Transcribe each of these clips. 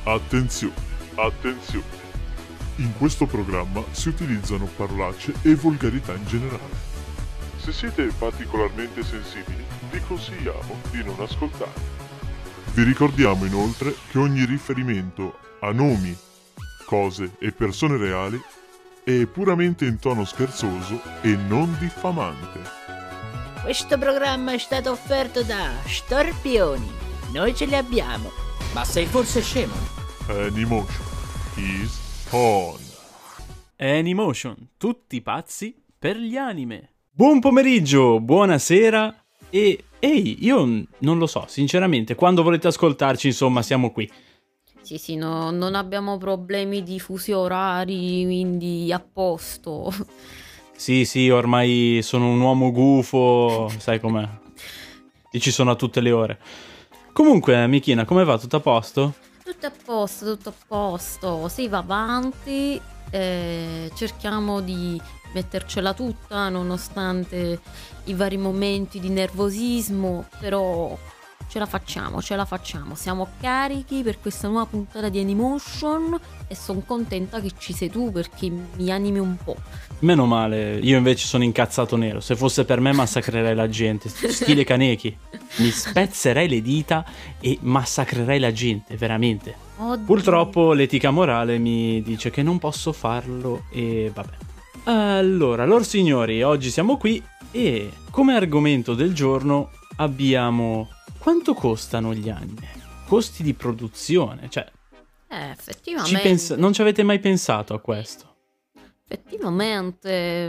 Attenzione, attenzione. In questo programma si utilizzano parolacce e volgarità in generale. Se siete particolarmente sensibili, vi consigliamo di non ascoltare. Vi ricordiamo inoltre che ogni riferimento a nomi, cose e persone reali è puramente in tono scherzoso e non diffamante. Questo programma è stato offerto da Storpioni. Noi ce li abbiamo. Ma sei forse scemo? Animotion is on. Animotion, tutti pazzi per gli anime. Buon pomeriggio, buonasera e... Ehi, io non lo so, sinceramente, quando volete ascoltarci, insomma, siamo qui. Sì, no, non abbiamo problemi di fusi orari, quindi a posto. Sì, ormai sono un uomo gufo, sai com'è. E ci sono a tutte le ore. Comunque, Michina, come va? Tutto a posto? Tutto a posto. Si va avanti, cerchiamo di mettercela tutta nonostante i vari momenti di nervosismo, però ce la facciamo, siamo carichi per questa nuova puntata di Animotion e sono contenta che ci sei tu perché mi animi un po'. Meno male, io invece sono incazzato nero, se fosse per me massacrerei la gente, stile Kaneki, mi spezzerei le dita e massacrerei la gente, veramente. Oddio. Purtroppo l'etica morale mi dice che non posso farlo e vabbè. Allora, lor signori, oggi siamo qui e come argomento del giorno abbiamo quanto costano gli anime? Costi di produzione, cioè effettivamente. non ci avete mai pensato a questo? Effettivamente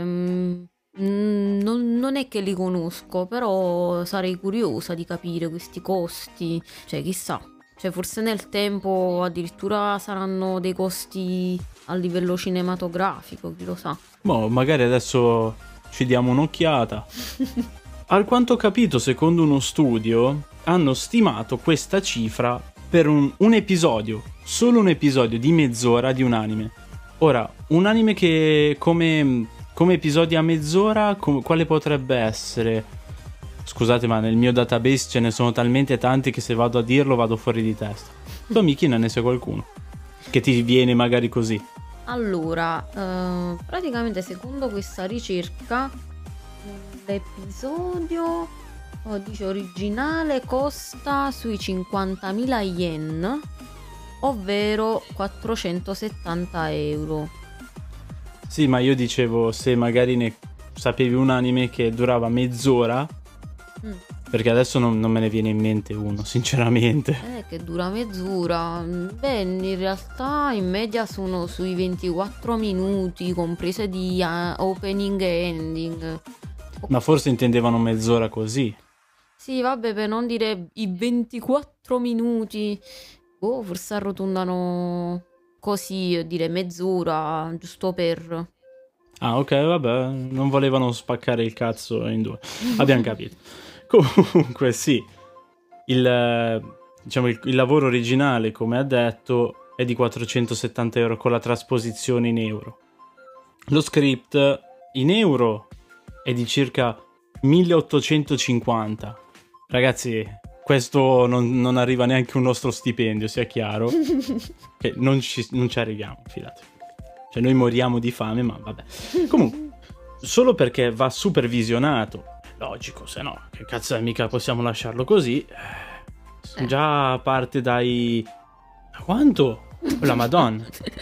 non è che li conosco, però sarei curiosa di capire questi costi, cioè chissà. Cioè forse nel tempo addirittura saranno dei costi a livello cinematografico, chi lo sa. Boh, magari adesso ci diamo un'occhiata. Al quanto ho capito, secondo uno studio, hanno stimato questa cifra per un episodio, solo un episodio di mezz'ora di un anime. Ora, un anime che come episodi a mezz'ora, quale potrebbe essere? Scusate, ma nel mio database ce ne sono talmente tanti che se vado a dirlo vado fuori di testa. Tu, Michina, ne sai qualcuno? Che ti viene magari così? Allora, praticamente secondo questa ricerca l'episodio dice originale costa sui 50.000 yen, ovvero 470 euro. Sì, ma io dicevo se magari ne sapevi un anime che durava mezz'ora, perché adesso non me ne viene in mente uno, sinceramente. Che dura mezz'ora. Beh, in realtà in media sono sui 24 minuti, comprese di opening e ending. Ma forse intendevano mezz'ora così. Sì, vabbè, per non dire i 24 minuti. Forse arrotondano così, dire mezz'ora, giusto per... Ah, ok, vabbè, non volevano spaccare il cazzo in due. Abbiamo capito. Comunque, sì, il lavoro originale, come ha detto, è di 470 euro con la trasposizione in euro. Lo script in euro è di circa 1850. Ragazzi, questo non arriva neanche un nostro stipendio, sia chiaro. Che non ci arriviamo, fidatevi. Cioè, noi moriamo di fame, ma vabbè. Comunque, solo perché va supervisionato, logico, se no, che cazzo è, mica possiamo lasciarlo così. Già parte dai... Quanto? La Madonna.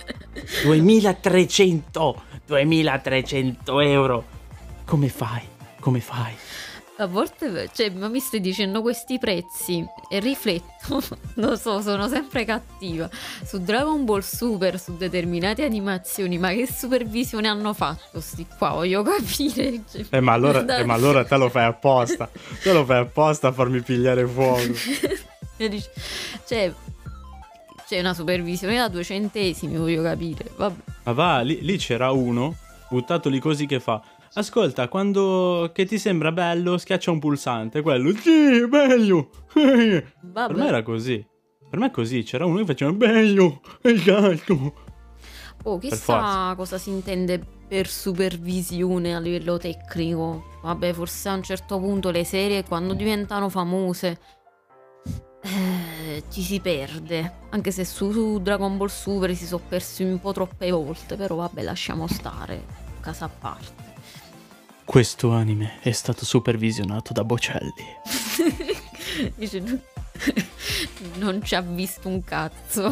2300 euro. Come fai? A volte, cioè, ma mi stai dicendo questi prezzi e rifletto, lo so, sono sempre cattiva, su Dragon Ball Super, su determinate animazioni, ma che supervisione hanno fatto sti qua, voglio capire. Cioè, ma allora te lo fai apposta, a farmi pigliare fuoco. Cioè, c'è una supervisione da 2 centesimi, voglio capire, vabbè. Ma va, lì c'era uno, buttato lì così che fa... Ascolta, quando che ti sembra bello, schiaccia un pulsante, quello, sì, bello. Vabbè. Per me era così. Per me è così, c'era uno che faceva bello, è il gatto. Chissà cosa si intende per supervisione a livello tecnico. Vabbè, forse a un certo punto le serie, quando diventano famose, ci si perde, anche se su Dragon Ball Super si sono persi un po' troppe volte, però vabbè, lasciamo stare, casa a parte. Questo anime è stato supervisionato da Bocelli. Dice, non ci ha visto un cazzo.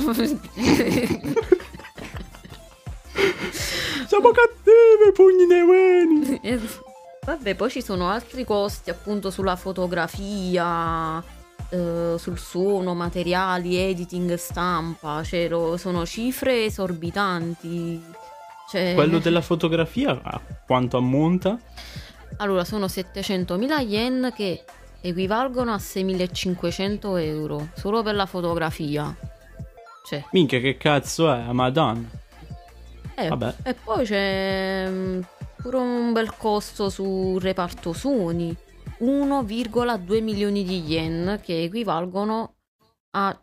Siamo cattivi, pugni nei weni. Vabbè, poi ci sono altri costi appunto sulla fotografia, sul suono, materiali, editing, stampa, cioè sono cifre esorbitanti. Cioè, Quello della fotografia a quanto ammonta? allora, sono 700.000 yen che equivalgono a 6.500 euro solo per la fotografia. Cioè, Minchia, che cazzo è? Madonna. Vabbè. e poi c'è pure un bel costo sul reparto suoni, 1,2 milioni di yen che equivalgono a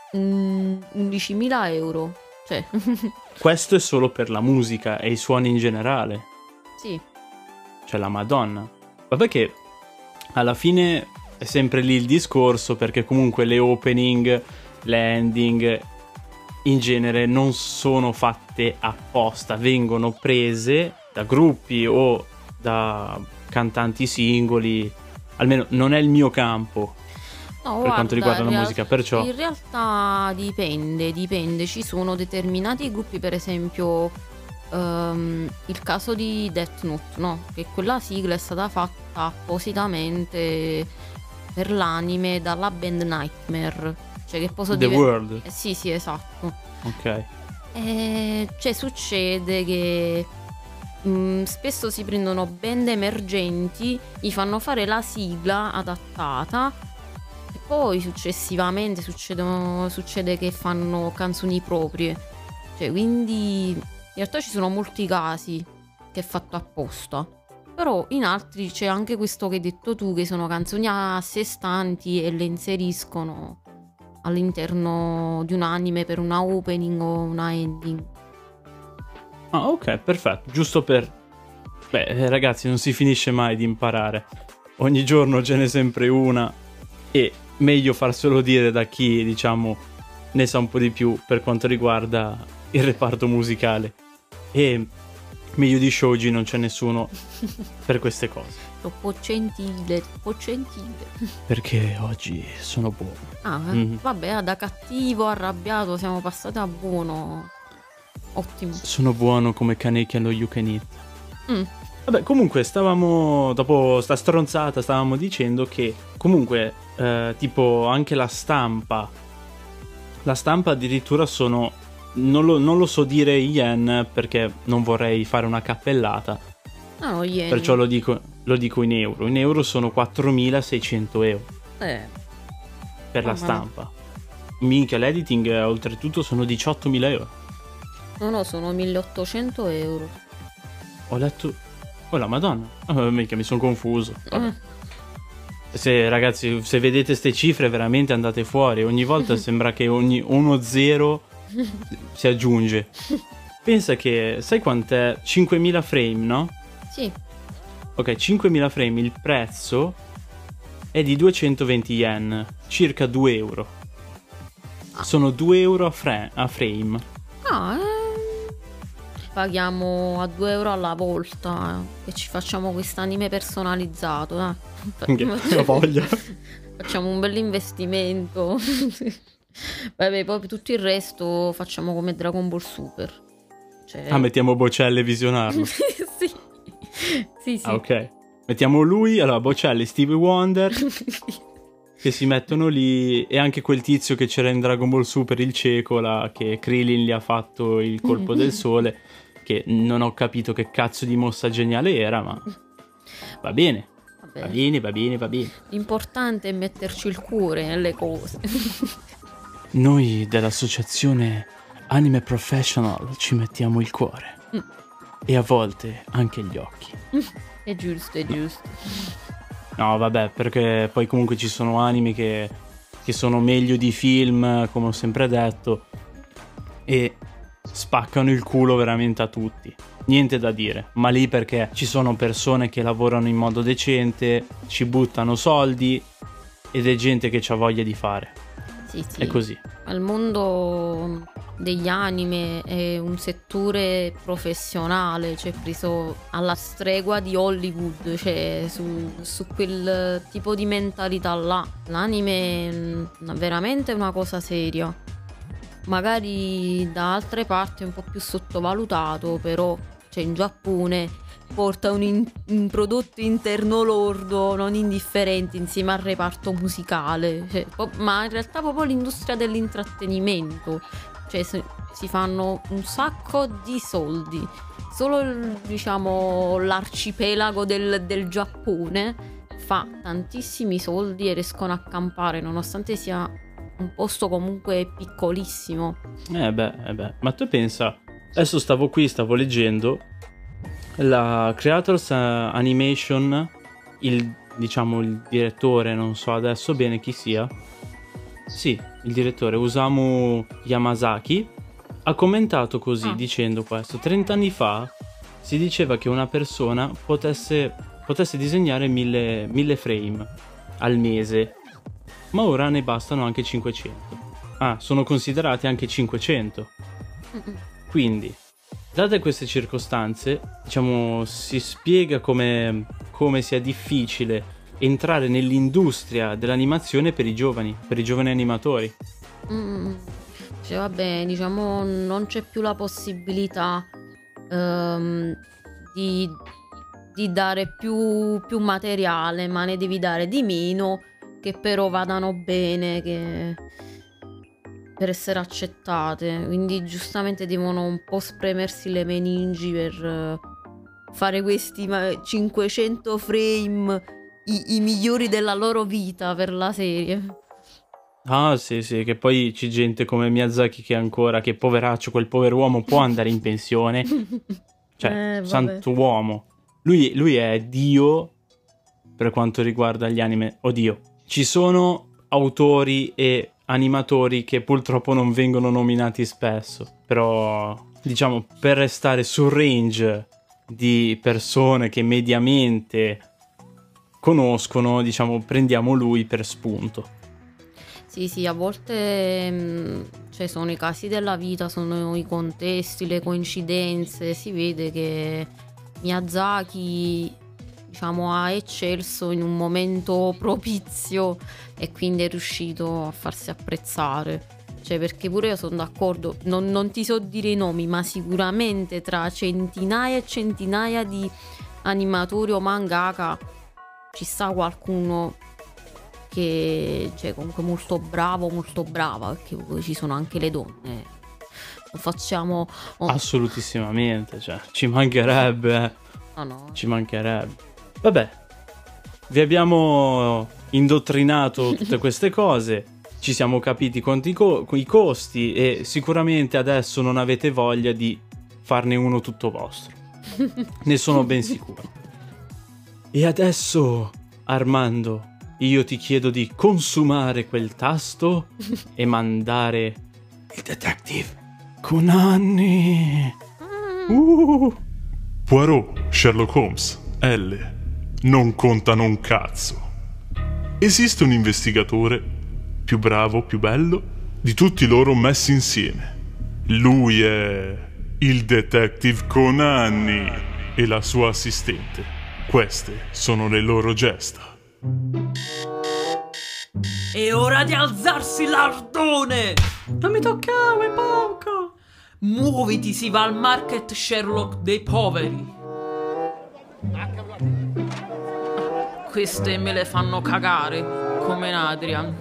11.000 euro. Cioè, Questo è solo per la musica e i suoni in generale. sì. Cioè la Madonna. Vabbè che alla fine è sempre lì il discorso, perché comunque le opening, le ending in genere non sono fatte apposta, vengono prese da gruppi o da cantanti singoli. Almeno non è il mio campo No, per quanto riguarda la in musica, perciò in realtà dipende. Ci sono determinati gruppi, per esempio il caso di Death Note, no? Che quella sigla è stata fatta appositamente per l'anime dalla band Nightmare. Cioè che posso The dire... World. Sì, esatto. Ok. Cioè succede che spesso si prendono band emergenti, gli fanno fare la sigla adattata e poi successivamente succede che fanno canzoni proprie. Cioè, quindi in realtà ci sono molti casi che è fatto apposta. Però in altri c'è anche questo che hai detto tu, che sono canzoni a sé stanti e le inseriscono all'interno di un anime per una opening o una ending. Ah, ok, perfetto. Giusto per... Beh, ragazzi, non si finisce mai di imparare. Ogni giorno ce n'è sempre una e meglio farselo dire da chi, diciamo, ne sa un po' di più per quanto riguarda il reparto musicale. E meglio di Shoji non c'è nessuno per queste cose. Troppo gentile. Perché oggi sono buono. Vabbè, da cattivo, arrabbiato, siamo passati a buono. Ottimo. Sono buono come Kaneki allo You Can Eat. Vabbè, comunque dopo sta stronzata, stavamo dicendo che comunque, tipo anche la stampa addirittura sono, non lo so dire yen perché non vorrei fare una cappellata. No, yen. Perciò lo dico in euro. In euro sono 4.600 euro per la stampa. Minchia, l'editing oltretutto sono 18.000 euro. No, sono 1.800 euro. Ho letto... Oh la madonna. Minchia, mi sono confuso. Ragazzi, se vedete ste cifre veramente andate fuori. Ogni volta sembra che uno zero si aggiunge. Pensa che, sai quant'è? 5.000 frame, no? Sì. Ok, 5.000 frame, il prezzo è di 220 yen, circa 2 euro. Sono 2 euro a frame. Paghiamo a 2 euro alla volta e ci facciamo quest'anime personalizzato. Che voglia. Facciamo un bel investimento. Vabbè, poi tutto il resto facciamo come Dragon Ball Super. Cioè... mettiamo Bocelli e visionarlo. Sì. Ah, ok. Mettiamo lui, allora Bocelli, Stevie Wonder che si mettono lì, e anche quel tizio che c'era in Dragon Ball Super, il cieco là, che Krillin gli ha fatto il colpo del sole, che non ho capito che cazzo di mossa geniale era, ma va bene. Va bene. L'importante è metterci il cuore nelle cose. Noi dell'associazione Anime Professional ci mettiamo il cuore. E a volte anche gli occhi. È giusto. No, vabbè, perché poi comunque ci sono anime che sono meglio di film, come ho sempre detto, e spaccano il culo veramente a tutti. Niente da dire, ma lì perché ci sono persone che lavorano in modo decente, ci buttano soldi ed è gente che c'ha voglia di fare. Sì. È così. Il mondo degli anime è un settore professionale, cioè preso alla stregua di Hollywood, cioè su quel tipo di mentalità là. L'anime è veramente una cosa seria. Magari da altre parti è un po' più sottovalutato, però cioè in Giappone porta un prodotto interno lordo non indifferente insieme al reparto musicale, cioè, ma in realtà proprio l'industria dell'intrattenimento, cioè si fanno un sacco di soldi. Solo diciamo l'arcipelago del Giappone fa tantissimi soldi e riescono a campare nonostante sia un posto comunque piccolissimo. Ma tu pensa, adesso stavo leggendo la Creators Animation, il direttore, non so adesso bene chi sia. Sì, il direttore Osamu Yamazaki ha commentato così, dicendo questo: 30 anni fa si diceva che una persona potesse disegnare 1000 frame al mese, ma ora ne bastano anche 500. Sono considerati anche 500. Quindi, date queste circostanze, diciamo, si spiega come sia difficile entrare nell'industria dell'animazione per i giovani animatori. Cioè, vabbè, diciamo, non c'è più la possibilità di dare più materiale, ma ne devi dare di meno, che però vadano bene, per essere accettate. Quindi giustamente devono un po' spremersi le meningi per fare questi 500 frame, i migliori della loro vita per la serie. Sì, che poi c'è gente come Miyazaki che poveraccio, quel pover'uomo può andare in pensione. Cioè, santo uomo. Lui è Dio per quanto riguarda gli anime. Oddio, ci sono autori e animatori che purtroppo non vengono nominati spesso, però diciamo, per restare sul range di persone che mediamente conoscono, diciamo, prendiamo lui per spunto. Sì, a volte cioè, sono i casi della vita, sono i contesti, le coincidenze. Si vede che Miyazaki, diciamo, ha eccelso in un momento propizio e quindi è riuscito a farsi apprezzare. Cioè, perché pure io sono d'accordo, non ti so dire i nomi, ma sicuramente tra centinaia e centinaia di animatori o mangaka ci sta qualcuno che, cioè, comunque molto bravo, molto brava, perché poi ci sono anche le donne. Lo facciamo assolutissimamente, cioè, ci mancherebbe. No. Ci mancherebbe. Vabbè, vi abbiamo indottrinato tutte queste cose, ci siamo capiti quanti i costi e sicuramente adesso non avete voglia di farne uno tutto vostro. Ne sono ben sicuro. E adesso, Armando, io ti chiedo di consumare quel tasto e mandare il Detective Konami. Poirot, Sherlock Holmes, L. non contano un cazzo. Esiste un investigatore più bravo, più bello di tutti loro messi insieme. Lui è il Detective Konami e la sua assistente. Queste sono le loro gesta. È ora di alzarsi l'ardone! Non mi toccare, poco! Muoviti, si va al market Sherlock dei poveri. Queste me le fanno cagare, come Adrian.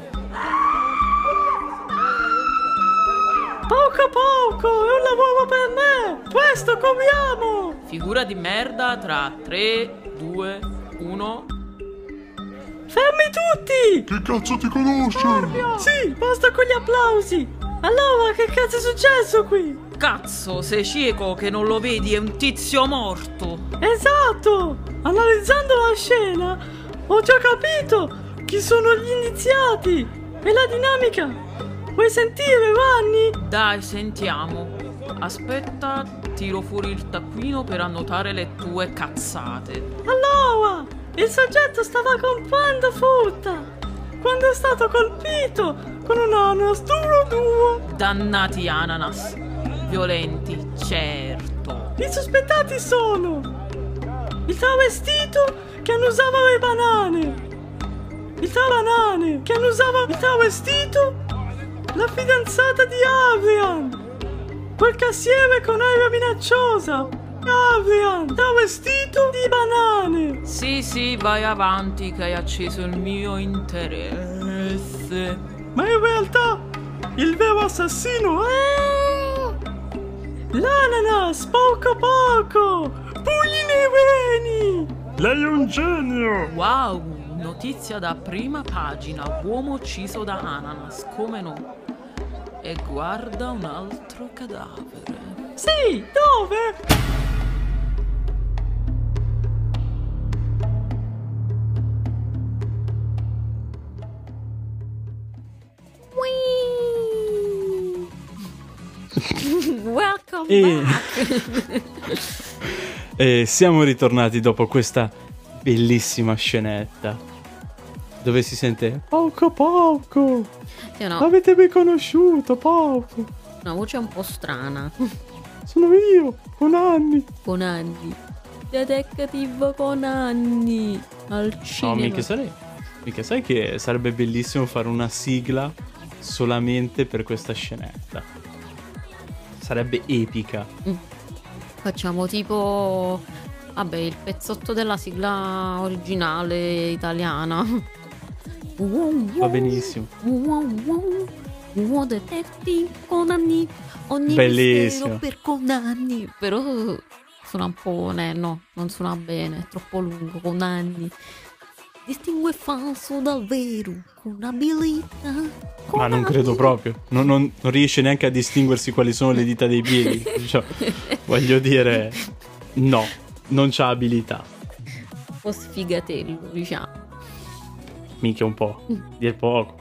Poco, è un lavoro per me! Presto, corriamo! Figura di merda tra 3, 2, 1... Fermi tutti! Che cazzo ti conosce? Sì, basta con gli applausi! Allora, che cazzo è successo qui? Cazzo, sei cieco che non lo vedi, è un tizio morto! Esatto! Analizzando la scena, ho già capito chi sono gli iniziati e la dinamica! Vuoi sentire, Vanni? Dai, sentiamo. Aspetta, tiro fuori il taccuino per annotare le tue cazzate. Allora, il soggetto stava comprando frutta quando è stato colpito con un ananas duro. Dannati ananas. Violenti, certo. I sospettati sono il travestito che annusava le banane, il banane che annusava il travestito, la fidanzata di Adrian, quel cassiere con aria minacciosa. Adrian, travestito di banane. Sì, vai avanti che hai acceso il mio interesse. Ma in realtà il vero assassino è l'ananas, poco, pugni nei reni. Lei è un genio. Wow, notizia da prima pagina, uomo ucciso da ananas, come no. E guarda un altro cadavere. Sì, dove? Welcome back. E siamo ritornati dopo questa bellissima scenetta dove si sente poco. Sì, no, Avete riconosciuto poco? una voce un po' strana. Sono io, con anni. Con anni. Detective con anni. Al No, cinema. mica sai che sarebbe bellissimo fare una sigla solamente per questa scenetta. Sarebbe epica. Facciamo tipo... Vabbè, il pezzotto della sigla originale italiana. Va benissimo. Detective con anni. Ogni Bellissimo. mistero per Conanni. Però suona un po'... no, non suona bene. È troppo lungo. Conanni. Distingue falso dal vero con abilità. Ma non credo proprio. Non riesce neanche a distinguersi quali sono le dita dei piedi. Cioè, voglio dire, no, non c'ha abilità. Un po' sfigatello, diciamo. Mica un po'. Dir poco.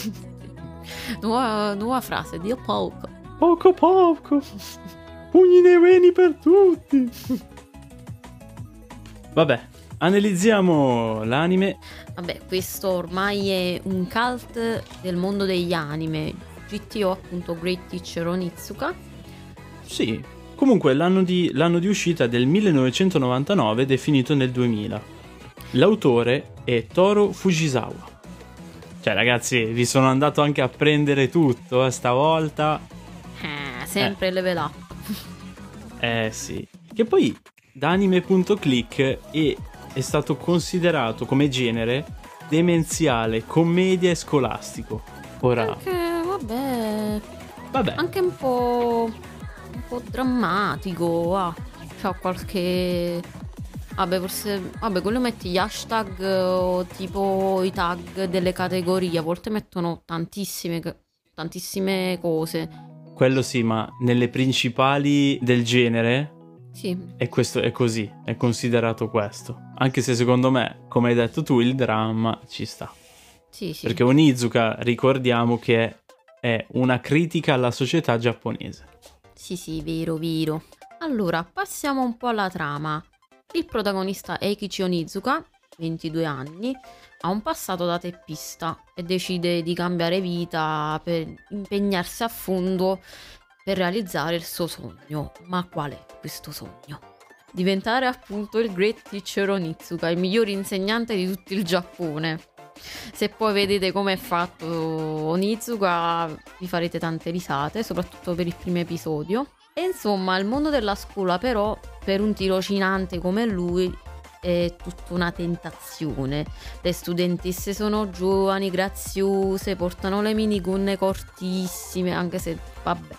Nuova frase, Dio poco. Poco. Pugni nei reni per tutti. Vabbè, analizziamo l'anime. Vabbè, questo ormai è un cult del mondo degli anime. GTO, appunto, Great Teacher Onizuka. Sì, comunque l'anno di uscita del 1999 definito nel 2000. L'autore è Toro Fujisawa. Cioè ragazzi, vi sono andato anche a prendere tutto stavolta. Sempre level up. Sì. Che poi da anime.click è stato considerato come genere demenziale, commedia e scolastico. Ora, vabbè. Anche un po' drammatico. C'ha qualche... Vabbè, forse... Vabbè, quello metti gli hashtag o tipo i tag delle categorie. A volte mettono tantissime cose. Quello sì, ma nelle principali del genere... Sì. E questo è così, è considerato questo. Anche se secondo me, come hai detto tu, il dramma ci sta. Sì. Perché Onizuka, ricordiamo che è una critica alla società giapponese. Sì, vero. Allora, passiamo un po' alla trama. Il protagonista Eikichi Onizuka, 22 anni, ha un passato da teppista e decide di cambiare vita per impegnarsi a fondo per realizzare il suo sogno. Ma qual è questo sogno? Diventare appunto il Great Teacher Onizuka, il miglior insegnante di tutto il Giappone. Se poi vedete come è fatto Onizuka vi farete tante risate, soprattutto per il primo episodio. E insomma, il mondo della scuola però, per un tirocinante come lui, è tutta una tentazione. Le studentesse sono giovani, graziose, portano le minigonne cortissime, anche se vabbè.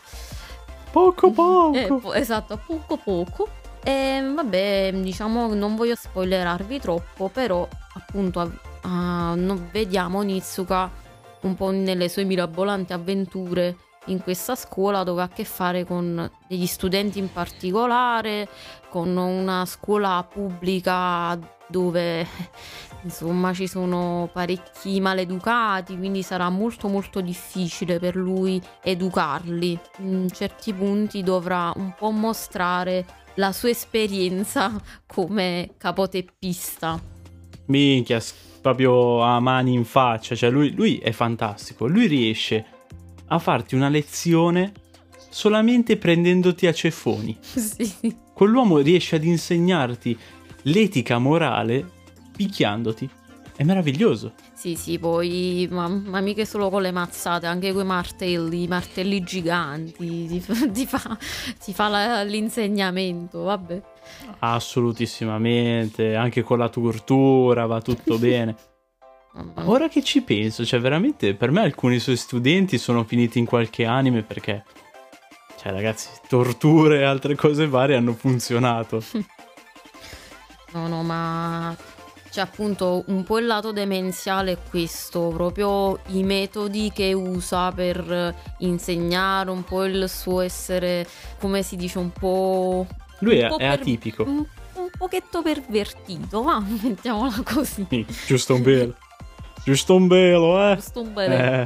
Poco. Esatto, poco. E vabbè, diciamo, non voglio spoilerarvi troppo, però appunto vediamo Onizuka un po' nelle sue mirabolanti avventure in questa scuola, dove ha a che fare con degli studenti in particolare, con una scuola pubblica dove insomma ci sono parecchi maleducati, quindi sarà molto molto difficile per lui educarli. In certi punti dovrà un po' mostrare la sua esperienza come capoteppista. Minchia, proprio a mani in faccia, cioè lui è fantastico, lui riesce a farti una lezione solamente prendendoti a ceffoni. Sì. Quell'uomo riesce ad insegnarti l'etica morale picchiandoti, è meraviglioso. Sì, poi, ma mica solo con le mazzate, anche coi martelli giganti, ti fa l'insegnamento, vabbè. Assolutissimamente, anche con la tortura va tutto bene. Ora che ci penso, cioè veramente per me alcuni suoi studenti sono finiti in qualche anime perché, cioè ragazzi, torture e altre cose varie hanno funzionato. No, ma c'è appunto un po' il lato demenziale, questo, proprio i metodi che usa per insegnare, un po' il suo essere, come si dice, un po'... Lui è atipico. Un pochetto pervertito, va, mettiamola così. Sì, giusto un velo, Giusto un velo.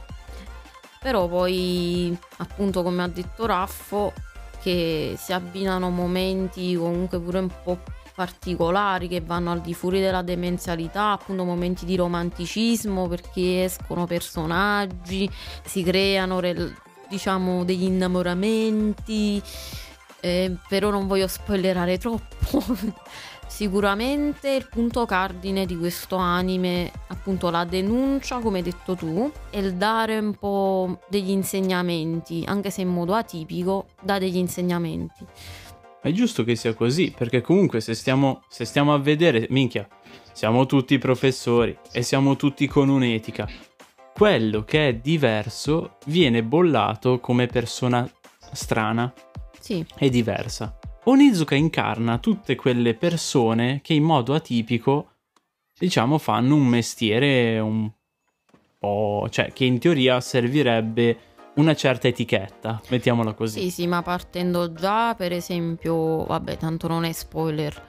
Però poi, appunto, come ha detto Raffo, che si abbinano momenti comunque pure un po' particolari che vanno al di fuori della demenzialità, appunto momenti di romanticismo perché escono personaggi, si creano diciamo degli innamoramenti, però non voglio spoilerare troppo. Sicuramente il punto cardine di questo anime, appunto la denuncia, come hai detto tu, e il dare un po' degli insegnamenti, anche se in modo atipico, dà degli insegnamenti. È giusto che sia così, perché comunque se stiamo a vedere, minchia, siamo tutti professori e siamo tutti con un'etica. Quello che è diverso viene bollato come persona strana e diversa. Onizuka incarna tutte quelle persone che in modo atipico, diciamo, fanno un mestiere un po'... cioè che in teoria servirebbe una certa etichetta, mettiamola così. Sì, ma partendo già, per esempio, vabbè, tanto non è spoiler,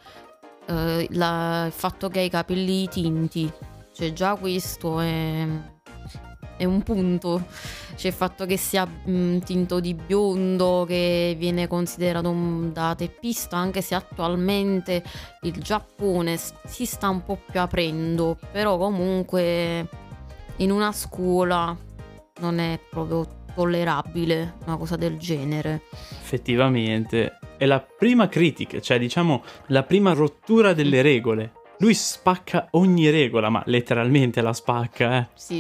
il fatto che ha i capelli tinti, cioè già questo è un punto. C'è il fatto che sia tinto di biondo, che viene considerato da teppista, anche se attualmente il Giappone si sta un po' più aprendo, però comunque in una scuola non è proprio tollerabile una cosa del genere. Effettivamente è la prima critica, cioè diciamo la prima rottura delle regole. Lui spacca ogni regola, ma letteralmente la spacca, Sì.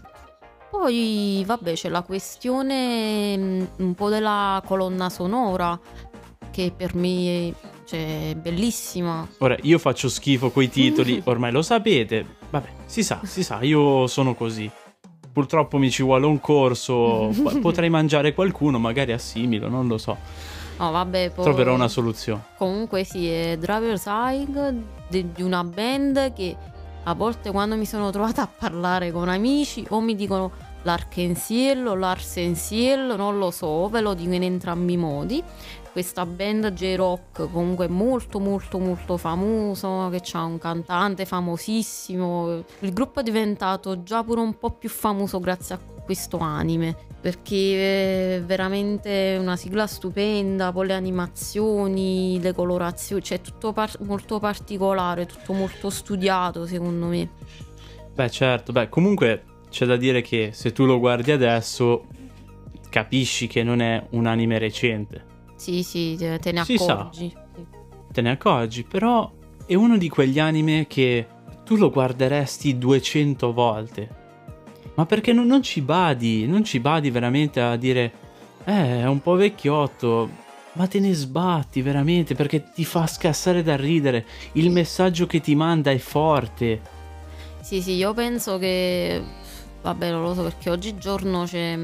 Poi vabbè, c'è la questione un po' della colonna sonora, che per me è bellissima. Ora io faccio schifo coi titoli, ormai lo sapete. Vabbè, si sa, io sono così. Purtroppo mi ci vuole un corso, potrei mangiare qualcuno, magari assimilo, non lo so. No, vabbè, poi troverò una soluzione. Comunque sì, è Driver's Eye di una band che a volte quando mi sono trovata a parlare con amici o mi dicono l'Arkensiello, l'Arsensiello, non lo so, ve lo dico in entrambi i modi. Questa band J-Rock comunque molto famoso, che c'ha un cantante famosissimo. Il gruppo è diventato già pure un po' più famoso grazie a questo anime, perché è veramente una sigla stupenda, poi le animazioni, le colorazioni, cioè tutto molto particolare, tutto molto studiato secondo me. Beh certo, comunque c'è da dire che se tu lo guardi adesso capisci che non è un anime recente. Sì, te ne accorgi. Te ne accorgi, però è uno di quegli anime che tu lo guarderesti 200 volte. Ma perché non ci badi veramente a dire è un po' vecchiotto, ma te ne sbatti veramente perché ti fa scassare da ridere. Il messaggio che ti manda è forte. Sì, io penso che, vabbè, non lo so, perché oggigiorno c'è...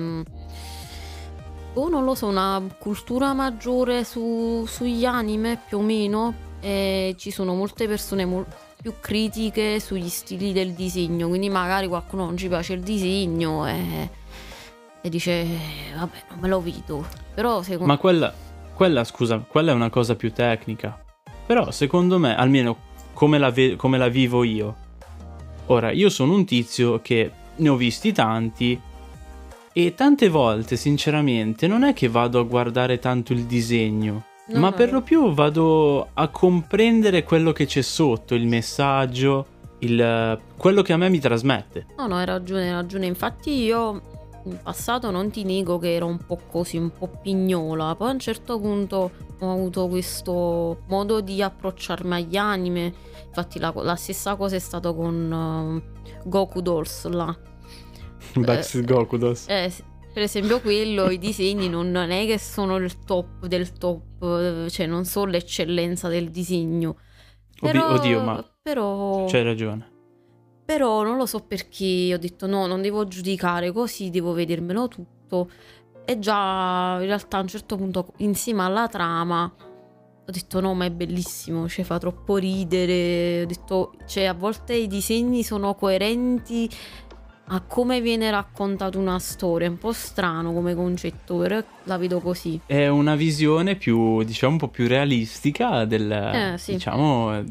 non lo so, una cultura maggiore sugli anime più o meno, e ci sono molte persone più critiche sugli stili del disegno, quindi magari qualcuno non ci piace il disegno e dice vabbè, non me lo vedo. Però secondo... Ma quella è una cosa più tecnica, però secondo me, almeno come la vivo io, ora io sono un tizio che ne ho visti tanti e tante volte sinceramente non è che vado a guardare tanto il disegno, ma per lo più vado a comprendere quello che c'è sotto, il messaggio, quello che a me mi trasmette. No, hai ragione. Infatti io in passato non ti nego che ero un po' così, un po' pignola. Poi a un certo punto ho avuto questo modo di approcciarmi agli anime. Infatti la stessa cosa è stato con Goku Dolls là. Backstreet Goku Dolls. Per esempio quello, i disegni non è che sono il top del top, cioè non sono l'eccellenza del disegno. Oddio, ma però c'hai ragione. Però non lo so perché ho detto no, non devo giudicare così, devo vedermelo tutto. E già in realtà a un certo punto insieme alla trama ho detto no, ma è bellissimo, cioè fa troppo ridere. Ho detto, cioè a volte i disegni sono coerenti a come viene raccontata una storia. È un po' strano come concetto, però la vedo così. È una visione più, diciamo, un po' più realistica sì. diciamo,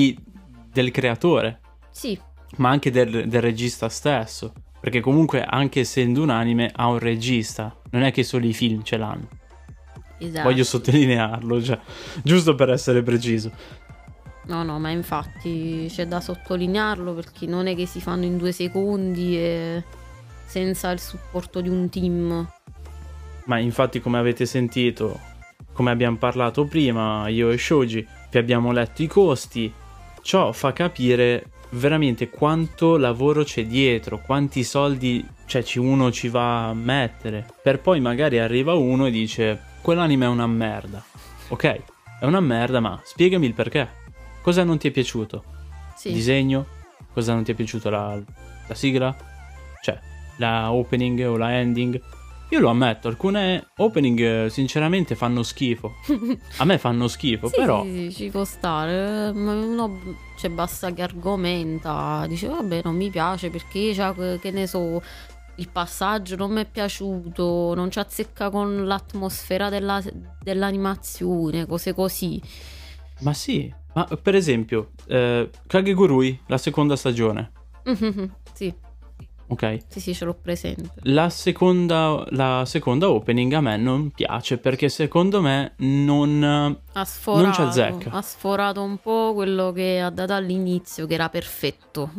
del creatore. Sì. Ma anche del regista stesso. Perché comunque, anche essendo un anime, ha un regista. Non è che solo i film ce l'hanno. Esatto. Voglio sottolinearlo, cioè, giusto per essere preciso. No, ma infatti c'è da sottolinearlo, perché non è che si fanno in 2 secondi e senza il supporto di un team. Ma infatti, come avete sentito, come abbiamo parlato prima, io e Shoji, vi abbiamo letto i costi. Ciò fa capire veramente quanto lavoro c'è dietro, quanti soldi uno ci va a mettere. Per poi magari arriva uno e dice: quell'anime è una merda. Ok, è una merda, ma spiegami il perché. Cosa non ti è piaciuto? Sì. Disegno? Cosa non ti è piaciuto? La sigla? Cioè, la opening o la ending? Io lo ammetto, alcune opening sinceramente fanno schifo. A me fanno schifo, sì, però sì, ci può stare. Uno, cioè, basta che argomenta, dice vabbè, non mi piace perché che ne so, il passaggio non mi è piaciuto, non ci azzecca con l'atmosfera dell'animazione, cose così. Ma sì, ma per esempio Kagegurui, la seconda stagione. Sì. Ok. Sì, ce l'ho presente. La seconda opening a me non piace, perché secondo me non ci azzecca. Ha sforato un po' quello che ha dato all'inizio, che era perfetto.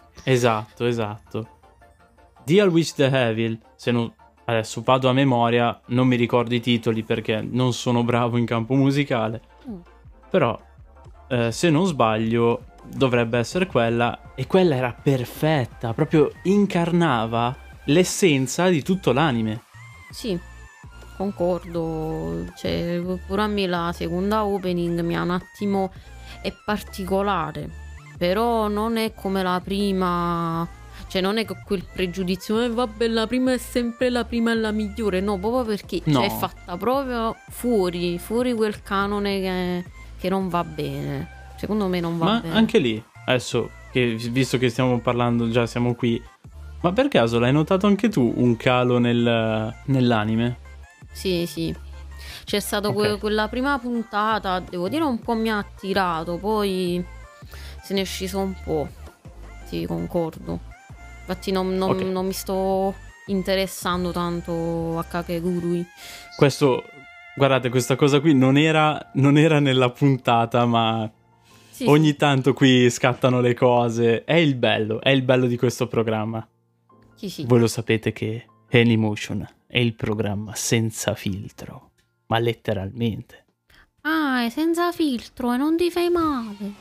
Esatto. Deal with the Evil, adesso vado a memoria, non mi ricordo i titoli perché non sono bravo in campo musicale. Però se non sbaglio dovrebbe essere quella, e quella era perfetta, proprio incarnava l'essenza di tutto l'anime. Sì, concordo, cioè pure a me la seconda opening mi ha un attimo, è particolare, però non è come la prima, cioè non è che quel pregiudizio vabbè, la prima è sempre la prima e la migliore, no, proprio perché no. Cioè, è fatta proprio fuori quel canone che non va bene. Secondo me non va bene. Ma anche lì, adesso, visto che stiamo parlando, già siamo qui, ma per caso l'hai notato anche tu un calo nell'anime? Sì. C'è stato quella prima puntata, devo dire un po' mi ha attirato, poi se ne è sceso un po'. Sì, concordo. Infatti non mi sto interessando tanto a Kakegurui. Guardate, questa cosa qui non era nella puntata, ma sì, ogni tanto qui scattano le cose. È il bello di questo programma. Sì. Voi lo sapete che Anymotion è il programma senza filtro, ma letteralmente. Ah, è senza filtro e non ti fai male.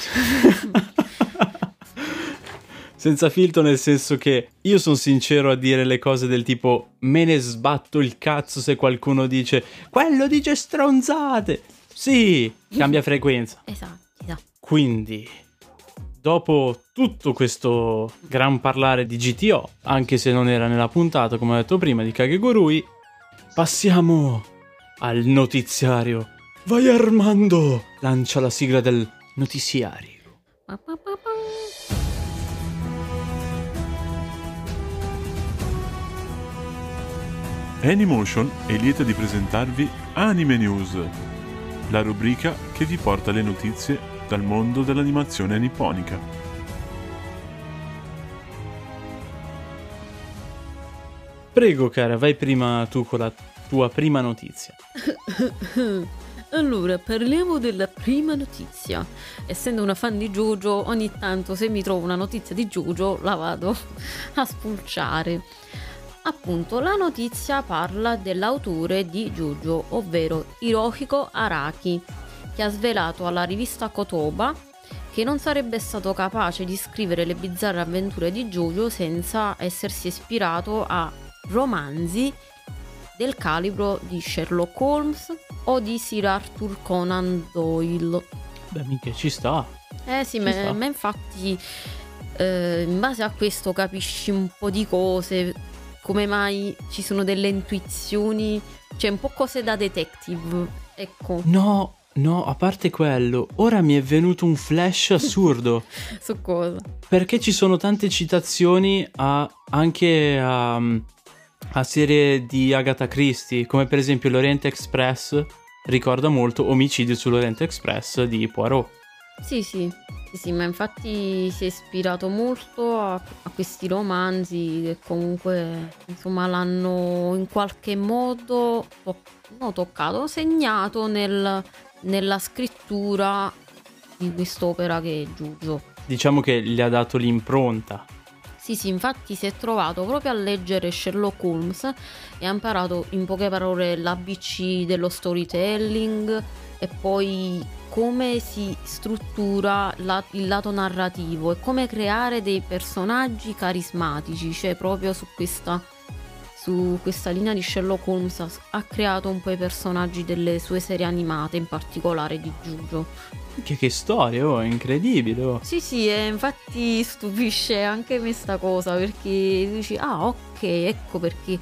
Senza filtro nel senso che io sono sincero a dire le cose del tipo: me ne sbatto il cazzo se qualcuno dice quello dice stronzate. Sì, cambia frequenza. Esatto. Quindi, dopo tutto questo gran parlare di GTO, anche se non era nella puntata, come ho detto prima, di Kakegurui, passiamo al notiziario. Vai Armando! Lancia la sigla del notiziario. Anymotion è lieta di presentarvi Anime News, la rubrica che vi porta le notizie dal mondo dell'animazione nipponica. Prego cara, vai prima tu con la tua prima notizia. Allora, parliamo della prima notizia. Essendo una fan di JoJo, ogni tanto se mi trovo una notizia di JoJo la vado a spulciare. Appunto, la notizia parla dell'autore di JoJo, ovvero Hirohiko Araki, che ha svelato alla rivista Kotoba che non sarebbe stato capace di scrivere le bizzarre avventure di JoJo senza essersi ispirato a romanzi del calibro di Sherlock Holmes o di Sir Arthur Conan Doyle. Beh, mica ci sta. Sì, ma infatti in base a questo capisci un po' di cose, come mai ci sono delle intuizioni, cioè un po' cose da detective, ecco. No, a parte quello, ora mi è venuto un flash assurdo. Su cosa? Perché ci sono tante citazioni anche a serie di Agatha Christie, come per esempio l'Orient Express ricorda molto Omicidi sull'Orient Express di Poirot. Sì, ma infatti si è ispirato molto a questi romanzi che comunque insomma l'hanno in qualche modo segnato nella scrittura di quest'opera che è JoJo. Diciamo che gli ha dato l'impronta. Sì, infatti si è trovato proprio a leggere Sherlock Holmes e ha imparato in poche parole l'ABC dello storytelling e poi come si struttura il lato narrativo e come creare dei personaggi carismatici, cioè proprio su questa linea di Sherlock Holmes ha creato un po' i personaggi delle sue serie animate, in particolare di JoJo. Che storia, è incredibile. Sì, e infatti stupisce anche me sta cosa, perché dici, ok, ecco perché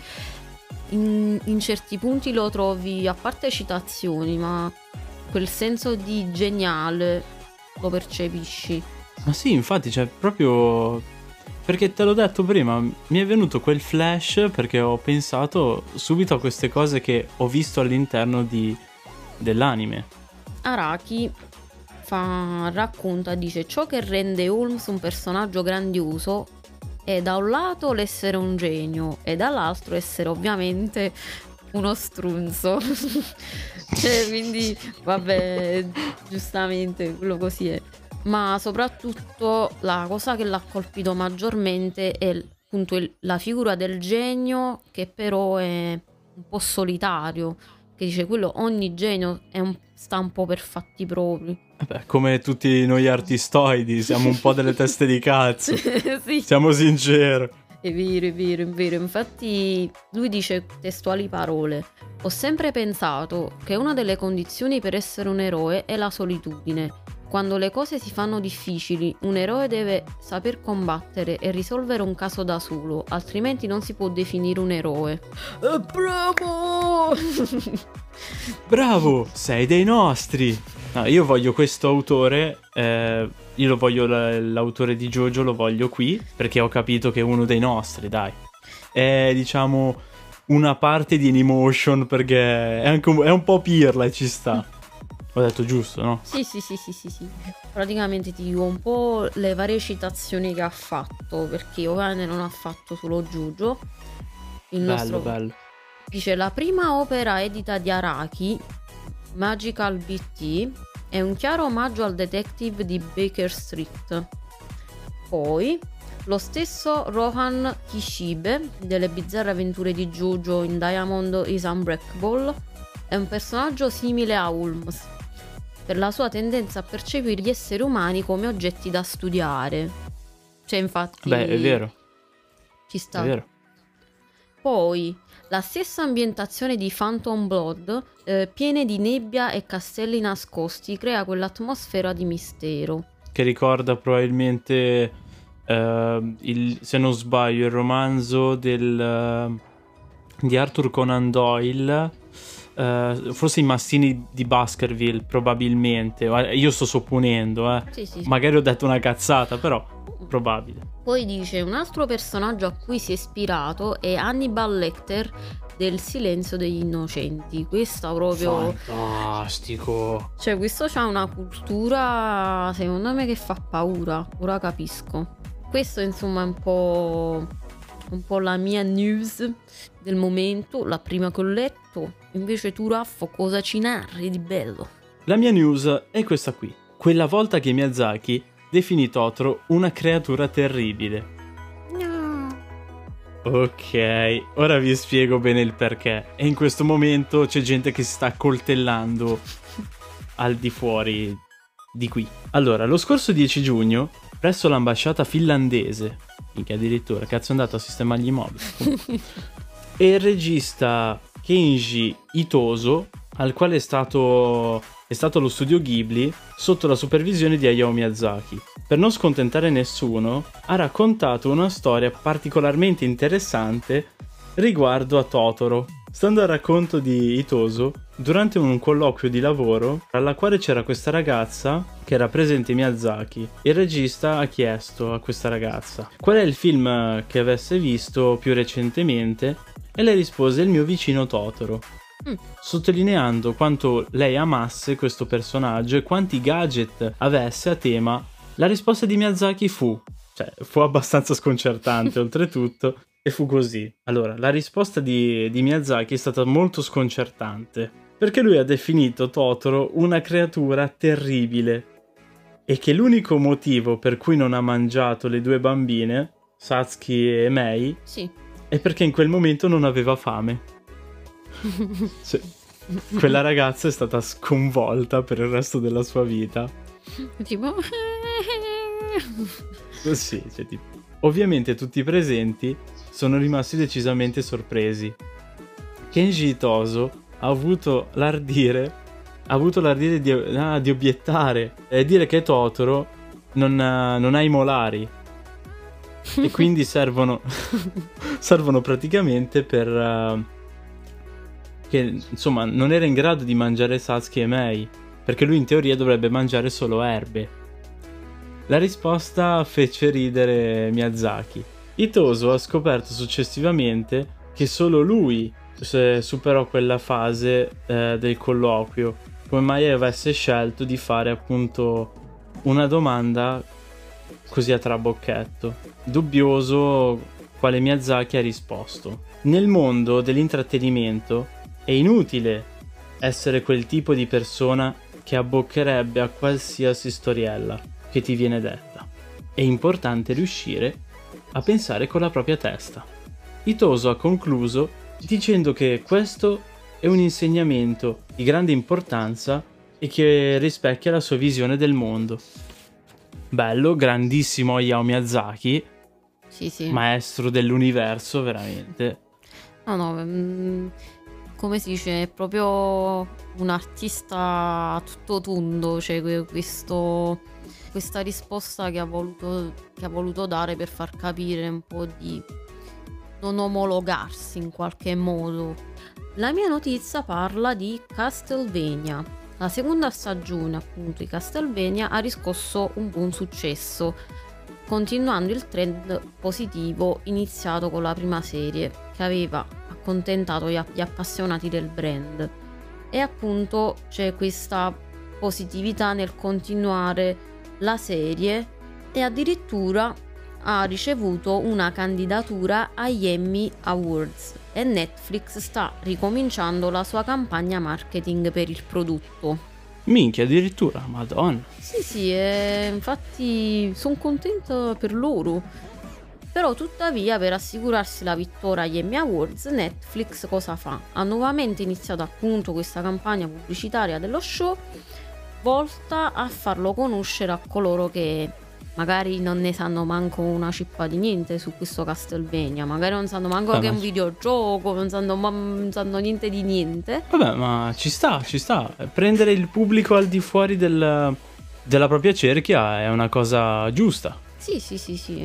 in certi punti lo trovi, a parte citazioni, ma quel senso di geniale lo percepisci. Ma sì, infatti, cioè proprio perché te l'ho detto prima, mi è venuto quel flash perché ho pensato subito a queste cose che ho visto all'interno dell'anime. Araki racconta, dice: ciò che rende Holmes un personaggio grandioso è da un lato l'essere un genio e dall'altro essere ovviamente uno strunzo. Cioè, quindi vabbè, giustamente quello così è. Ma soprattutto la cosa che l'ha colpito maggiormente è appunto la figura del genio, che però è un po' solitario, che dice quello, ogni genio sta un po' per fatti propri. Vabbè, come tutti noi artistoidi, siamo un po' delle teste di cazzo. Sì. Siamo sinceri. È vero. Infatti lui dice testuali parole: ho sempre pensato che una delle condizioni per essere un eroe è la solitudine. Quando le cose si fanno difficili, un eroe deve saper combattere e risolvere un caso da solo, altrimenti non si può definire un eroe. Bravo! Bravo, sei dei nostri. No, io voglio questo autore, io lo voglio, l'autore di JoJo lo voglio qui, perché ho capito che è uno dei nostri, dai. È, diciamo, una parte di Anymotion, perché è un po' pirla e ci sta. Ho detto giusto, no? Sì. Praticamente ti dico un po' le varie citazioni che ha fatto, perché ovviamente non ha fatto solo JoJo. Bello. Dice: la prima opera edita di Araki, Magical BT, è un chiaro omaggio al detective di Baker Street. Poi lo stesso Rohan Kishibe delle bizzarre avventure di JoJo in Diamond is Unbreakable è un personaggio simile a Holmes per la sua tendenza a percepire gli esseri umani come oggetti da studiare. Cioè, infatti, beh, è vero, ci sta. È vero. Poi la stessa ambientazione di Phantom Blood, piene di nebbia e castelli nascosti, crea quell'atmosfera di mistero. Che ricorda probabilmente, se non sbaglio, il romanzo di Arthur Conan Doyle, forse i Mastini di Baskerville, probabilmente. Io sto supponendo, Sì. Magari ho detto una cazzata, però probabile. Poi dice: un altro personaggio a cui si è ispirato è Hannibal Lecter del Silenzio degli Innocenti. Questo proprio fantastico. Cioè, questo c'ha una cultura, secondo me, che fa paura. Ora capisco. Questo insomma è un po' la mia news del momento, la prima che ho letto. Invece tu, Raffo, cosa ci narri di bello? La mia news è questa qui. Quella volta che Miyazaki definì Totoro una creatura terribile. Ok, ora vi spiego bene il perché. E in questo momento c'è gente che si sta accoltellando al di fuori di qui. Allora, lo scorso 10 giugno, presso l'ambasciata finlandese, minchia addirittura, cazzo è andato a sistemare gli mobili, e il regista Kenji Itoso, al quale è stato lo studio Ghibli sotto la supervisione di Hayao Miyazaki. Per non scontentare nessuno, ha raccontato una storia particolarmente interessante riguardo a Totoro. Stando al racconto di Itoso, durante un colloquio di lavoro, alla quale c'era questa ragazza che era presente Miyazaki, il regista ha chiesto a questa ragazza qual è il film che avesse visto più recentemente e lei rispose: il mio vicino Totoro. Sottolineando quanto lei amasse questo personaggio e quanti gadget avesse a tema, la risposta di Miyazaki fu abbastanza sconcertante oltretutto, e fu così. Allora, la risposta di Miyazaki è stata molto sconcertante, perché lui ha definito Totoro una creatura terribile e che l'unico motivo per cui non ha mangiato le due bambine, Satsuki e Mei, Sì. è perché in quel momento non aveva fame. Cioè, quella ragazza è stata sconvolta per il resto della sua vita. Tipo... Sì, cioè tipo... Ovviamente tutti i presenti sono rimasti decisamente sorpresi. Kenji Itoso ha avuto l'ardire di obiettare e dire che Totoro non ha i molari e quindi servono praticamente per che insomma non era in grado di mangiare Satsuki e Mei, perché lui in teoria dovrebbe mangiare solo erbe. La risposta fece ridere Miyazaki. Itoso ha scoperto successivamente che solo lui superò quella fase del colloquio, come mai avesse scelto di fare appunto una domanda così a trabocchetto. Dubbioso quale Miyazaki ha risposto: nel mondo dell'intrattenimento è inutile essere quel tipo di persona che abboccherebbe a qualsiasi storiella che ti viene detta. È importante riuscire a pensare con la propria testa. Itoso ha concluso dicendo che questo è un insegnamento di grande importanza e che rispecchia la sua visione del mondo. Bello, grandissimo Hayao Miyazaki, Sì. maestro dell'universo, veramente. No, come si dice, è proprio un artista a tutto tondo, cioè questa risposta che ha voluto dare per far capire un po' di non omologarsi in qualche modo. La mia notizia parla di Castlevania. La seconda stagione, appunto, di Castlevania ha riscosso un buon successo, continuando il trend positivo iniziato con la prima serie, che aveva accontentato gli appassionati del brand. E appunto c'è questa positività nel continuare la serie, e addirittura ha ricevuto una candidatura agli Emmy Awards, e Netflix sta ricominciando la sua campagna marketing per il prodotto. Minchia, addirittura, madonna. Sì, infatti sono contenta per loro. Però tuttavia, per assicurarsi la vittoria agli Emmy Awards, Netflix cosa fa? Ha nuovamente iniziato appunto questa campagna pubblicitaria dello show, volta a farlo conoscere a coloro che magari non ne sanno manco una cippa di niente su questo Castlevania, magari non sanno manco che è un videogioco, non sanno niente di niente. Vabbè, ma ci sta. Prendere il pubblico al di fuori della propria cerchia è una cosa giusta. Sì.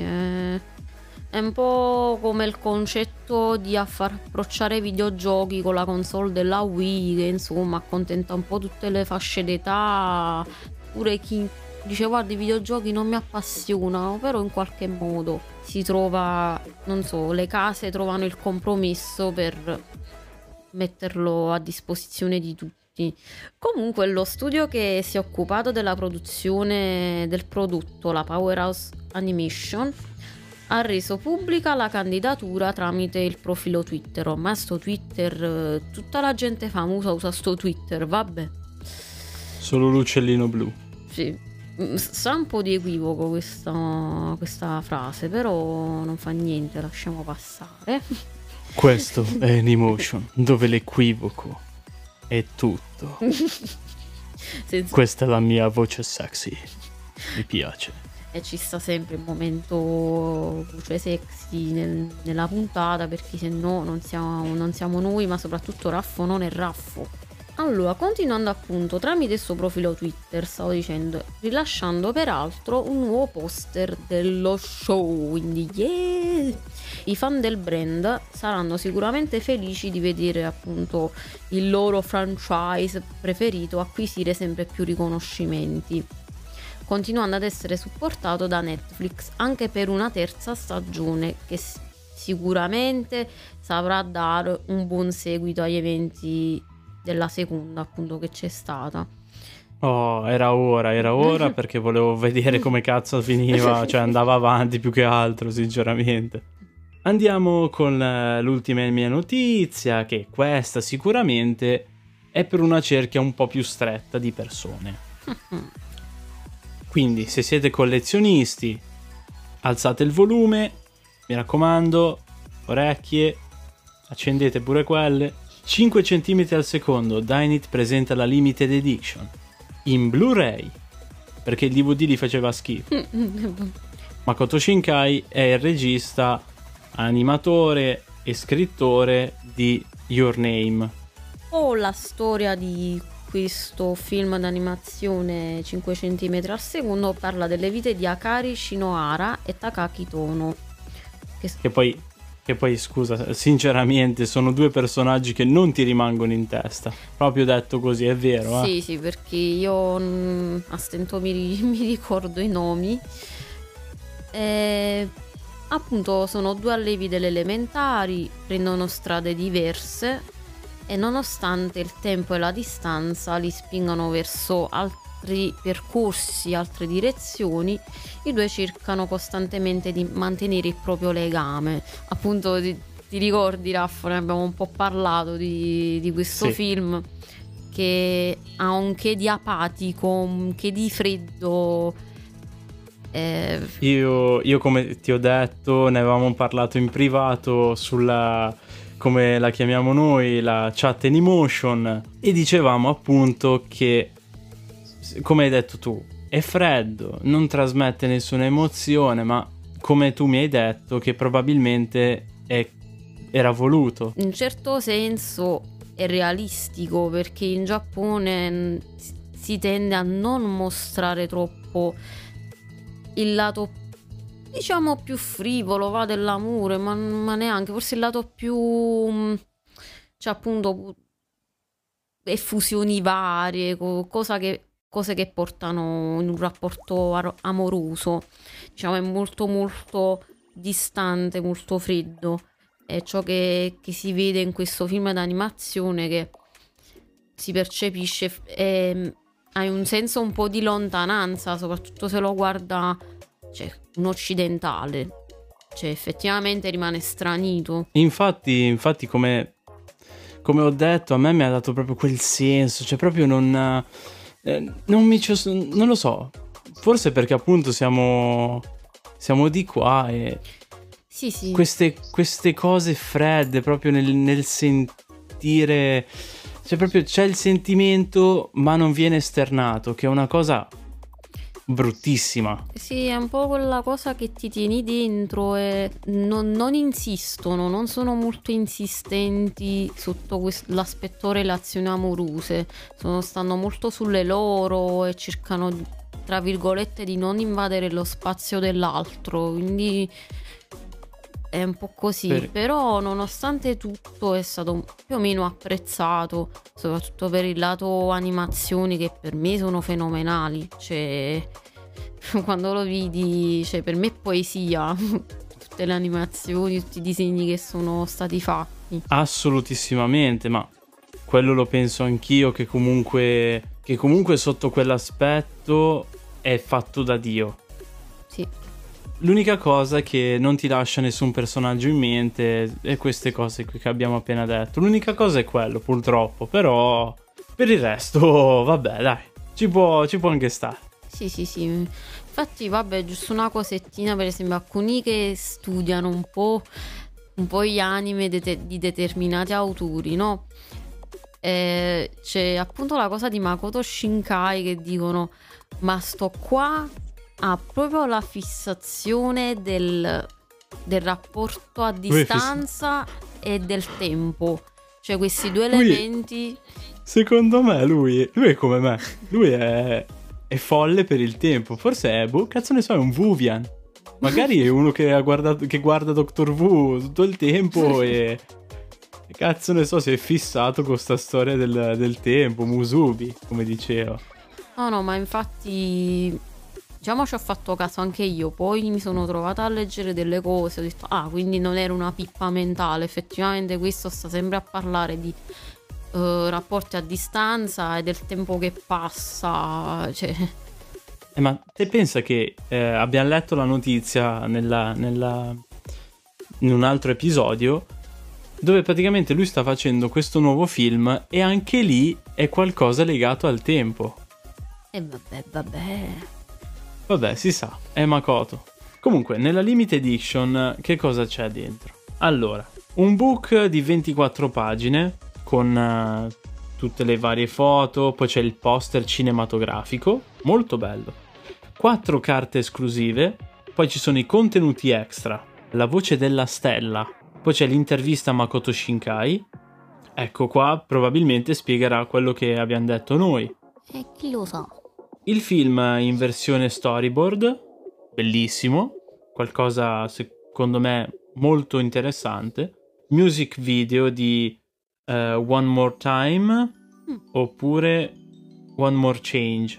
È un po' come il concetto di far approcciare i videogiochi con la console della Wii, che insomma accontenta un po' tutte le fasce d'età, pure chi dice guarda i videogiochi non mi appassionano, però in qualche modo si trova, non so, le case trovano il compromesso per metterlo a disposizione di tutti. Comunque lo studio che si è occupato della produzione del prodotto, la Powerhouse Animation, ha reso pubblica la candidatura tramite il profilo Twitter. Ma sto Twitter, tutta la gente famosa usa sto Twitter, vabbè. Solo l'uccellino blu. Sì, sa un po' di equivoco questa frase, però non fa niente, lasciamo passare. Questo è Animotion, dove l'equivoco è tutto. Questa è la mia voce sexy, mi piace. E ci sta sempre il momento voce sexy nella puntata, perché se no non siamo noi, ma soprattutto Raffo non è Raffo. Allora, continuando appunto tramite il suo profilo Twitter, stavo dicendo, rilasciando peraltro un nuovo poster dello show, quindi yeah! I fan del brand saranno sicuramente felici di vedere appunto il loro franchise preferito acquisire sempre più riconoscimenti, continuando ad essere supportato da Netflix anche per una terza stagione che sicuramente saprà dare un buon seguito agli eventi della seconda, appunto, che c'è stata. Oh, era ora perché volevo vedere come cazzo finiva, cioè andava avanti più che altro, sinceramente. Andiamo con l'ultima mia notizia, che questa sicuramente è per una cerchia un po' più stretta di persone. Quindi, se siete collezionisti, alzate il volume, mi raccomando, orecchie, accendete pure quelle. 5 cm al secondo, Dynit presenta la Limited Edition in Blu-ray, perché il DVD li faceva schifo. Makoto Shinkai è il regista, animatore e scrittore di Your Name. La storia di questo film d'animazione 5 cm al secondo parla delle vite di Akari Shinohara e Takaki Tono. Che poi, scusa, sinceramente sono due personaggi che non ti rimangono in testa. Proprio detto così, è vero? Sì, perché io a stento mi ricordo i nomi. Appunto, sono due allievi delle elementari, prendono strade diverse e nonostante il tempo e la distanza li spingono verso altri percorsi, altre direzioni, i due cercano costantemente di mantenere il proprio legame. Appunto, ti ricordi, Raffo, ne abbiamo un po' parlato di questo film, che ha un che di apatico, un che di freddo. Io come ti ho detto, ne avevamo parlato in privato sulla, come la chiamiamo noi, la chat Animotion, e dicevamo appunto che, come hai detto tu, è freddo, non trasmette nessuna emozione, ma come tu mi hai detto che probabilmente era voluto. In un certo senso è realistico, perché in Giappone si tende a non mostrare troppo il lato, diciamo, più frivolo, va, dell'amore, ma neanche, forse il lato più, cioè appunto, effusioni varie, cose che portano in un rapporto amoroso. Diciamo, è molto molto distante, molto freddo. È ciò che si vede in questo film d'animazione, che si percepisce, hai un senso un po' di lontananza, soprattutto se lo guarda, cioè, un occidentale. Cioè, effettivamente rimane stranito. Infatti come ho detto, a me mi ha dato proprio quel senso, cioè proprio non lo so, forse perché appunto siamo di qua e sì. Queste cose fredde proprio nel sentire, cioè proprio c'è il sentimento ma non viene esternato, che è una cosa bruttissima. Sì, è un po' quella cosa che ti tieni dentro e non insistono, non sono molto insistenti sotto l'aspetto relazioni amorose, stanno molto sulle loro e cercano, tra virgolette, di non invadere lo spazio dell'altro, quindi è un po' così. Però nonostante tutto è stato più o meno apprezzato, soprattutto per il lato animazioni, che per me sono fenomenali. Cioè, quando lo vidi, cioè, per me è poesia. Tutte le animazioni, tutti i disegni che sono stati fatti. Assolutissimamente, ma quello lo penso anch'io, che comunque sotto quell'aspetto è fatto da Dio. Sì. L'unica cosa è che non ti lascia nessun personaggio in mente e queste cose qui che abbiamo appena detto. L'unica cosa è quello, purtroppo, però per il resto, vabbè, dai, ci può anche stare. Sì. Infatti, vabbè, giusto una cosettina, per esempio, alcuni che studiano un po' gli anime di determinati autori, no? C'è appunto la cosa di Makoto Shinkai che dicono: ma sto qua ha proprio la fissazione del rapporto a distanza e del tempo, cioè questi due elementi. Secondo me lui è come me, lui è folle per il tempo, forse è, cazzo ne so, è un Vuvian, magari è uno che guarda Doctor Who tutto il tempo e cazzo ne so, si è fissato con sta storia del tempo, Musubi, come dicevo. No, ma infatti, diciamo, ci ho fatto caso anche io. Poi mi sono trovata a leggere delle cose, ho detto, quindi non era una pippa mentale. Effettivamente questo sta sempre a parlare di rapporti a distanza e del tempo che passa, cioè. Ma te pensa che abbiamo letto la notizia in un altro episodio dove praticamente lui sta facendo questo nuovo film e anche lì è qualcosa legato al tempo. E vabbè. Vabbè, si sa, è Makoto. Comunque, nella Limited Edition che cosa c'è dentro? Allora, un book di 24 pagine con tutte le varie foto, poi c'è il poster cinematografico, molto bello. 4 carte esclusive, poi ci sono i contenuti extra, la voce della stella, poi c'è l'intervista a Makoto Shinkai. Ecco qua, probabilmente spiegherà quello che abbiamo detto noi. E chi lo sa? Il film in versione storyboard, bellissimo, qualcosa secondo me molto interessante. Music video di One More Time oppure One More Change.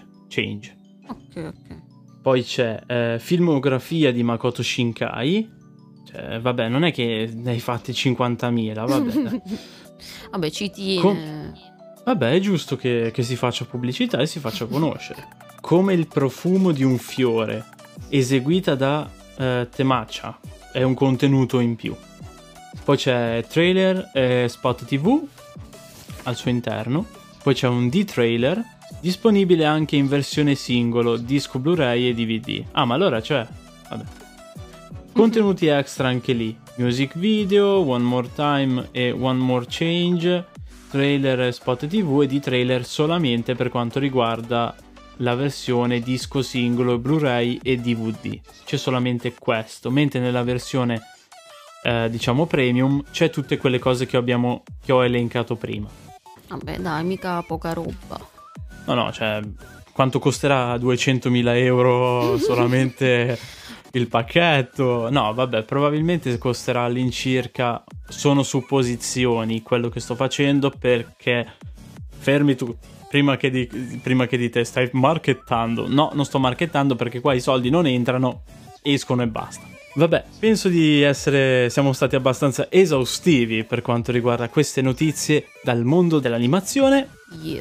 Ok. Poi c'è filmografia di Makoto Shinkai. Cioè, vabbè, non è che ne hai fatti 50.000, vabbè. Vabbè, ci tiene. Vabbè, è giusto che si faccia pubblicità e si faccia conoscere. Come il profumo di un fiore, eseguita da Temacha, è un contenuto in più. Poi c'è trailer e spot TV al suo interno. Poi c'è un D-trailer, disponibile anche in versione singolo, disco Blu-ray e DVD. Ma allora c'è, vabbè. Contenuti extra anche lì. Music video, One More Time e One More Change, trailer e spot TV e D-trailer solamente per quanto riguarda la versione disco singolo, Blu-ray e DVD. C'è solamente questo, mentre nella versione diciamo premium c'è tutte quelle cose che ho elencato prima. Vabbè, dai, mica poca roba. No, cioè, quanto costerà 200.000 euro solamente il pacchetto? No, vabbè, probabilmente costerà all'incirca, sono supposizioni quello che sto facendo, perché fermi tutti. Prima che di te stai marchettando. No, non sto marchettando perché qua i soldi non entrano, escono e basta. Vabbè, penso siamo stati abbastanza esaustivi per quanto riguarda queste notizie dal mondo dell'animazione.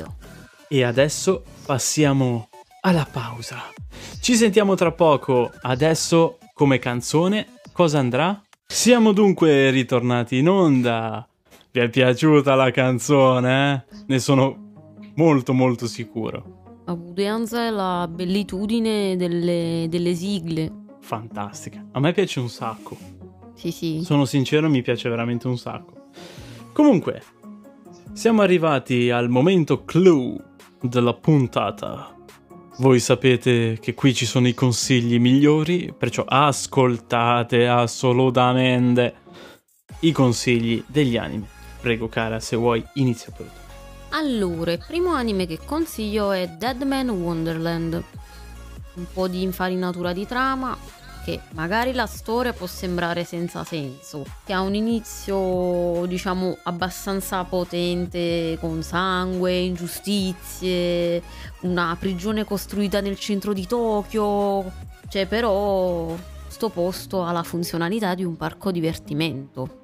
E adesso passiamo alla pausa. Ci sentiamo tra poco. Adesso, come canzone, cosa andrà? Siamo dunque ritornati in onda. Vi è piaciuta la canzone, eh? Ne sono molto molto sicuro. A Budeanza è la bellitudine delle sigle. Fantastica, a me piace un sacco. Sì. Sono sincero, mi piace veramente un sacco. Comunque, siamo arrivati al momento clou della puntata. Voi sapete che qui ci sono i consigli migliori, perciò ascoltate assolutamente i consigli degli anime. Prego cara, se vuoi inizia pure tu. Allora, il primo anime che consiglio è Dead Man Wonderland. Un po' di infarinatura di trama, che magari la storia può sembrare senza senso, che ha un inizio, diciamo, abbastanza potente, con sangue, ingiustizie, una prigione costruita nel centro di Tokyo. Cioè, però sto posto ha la funzionalità di un parco divertimento.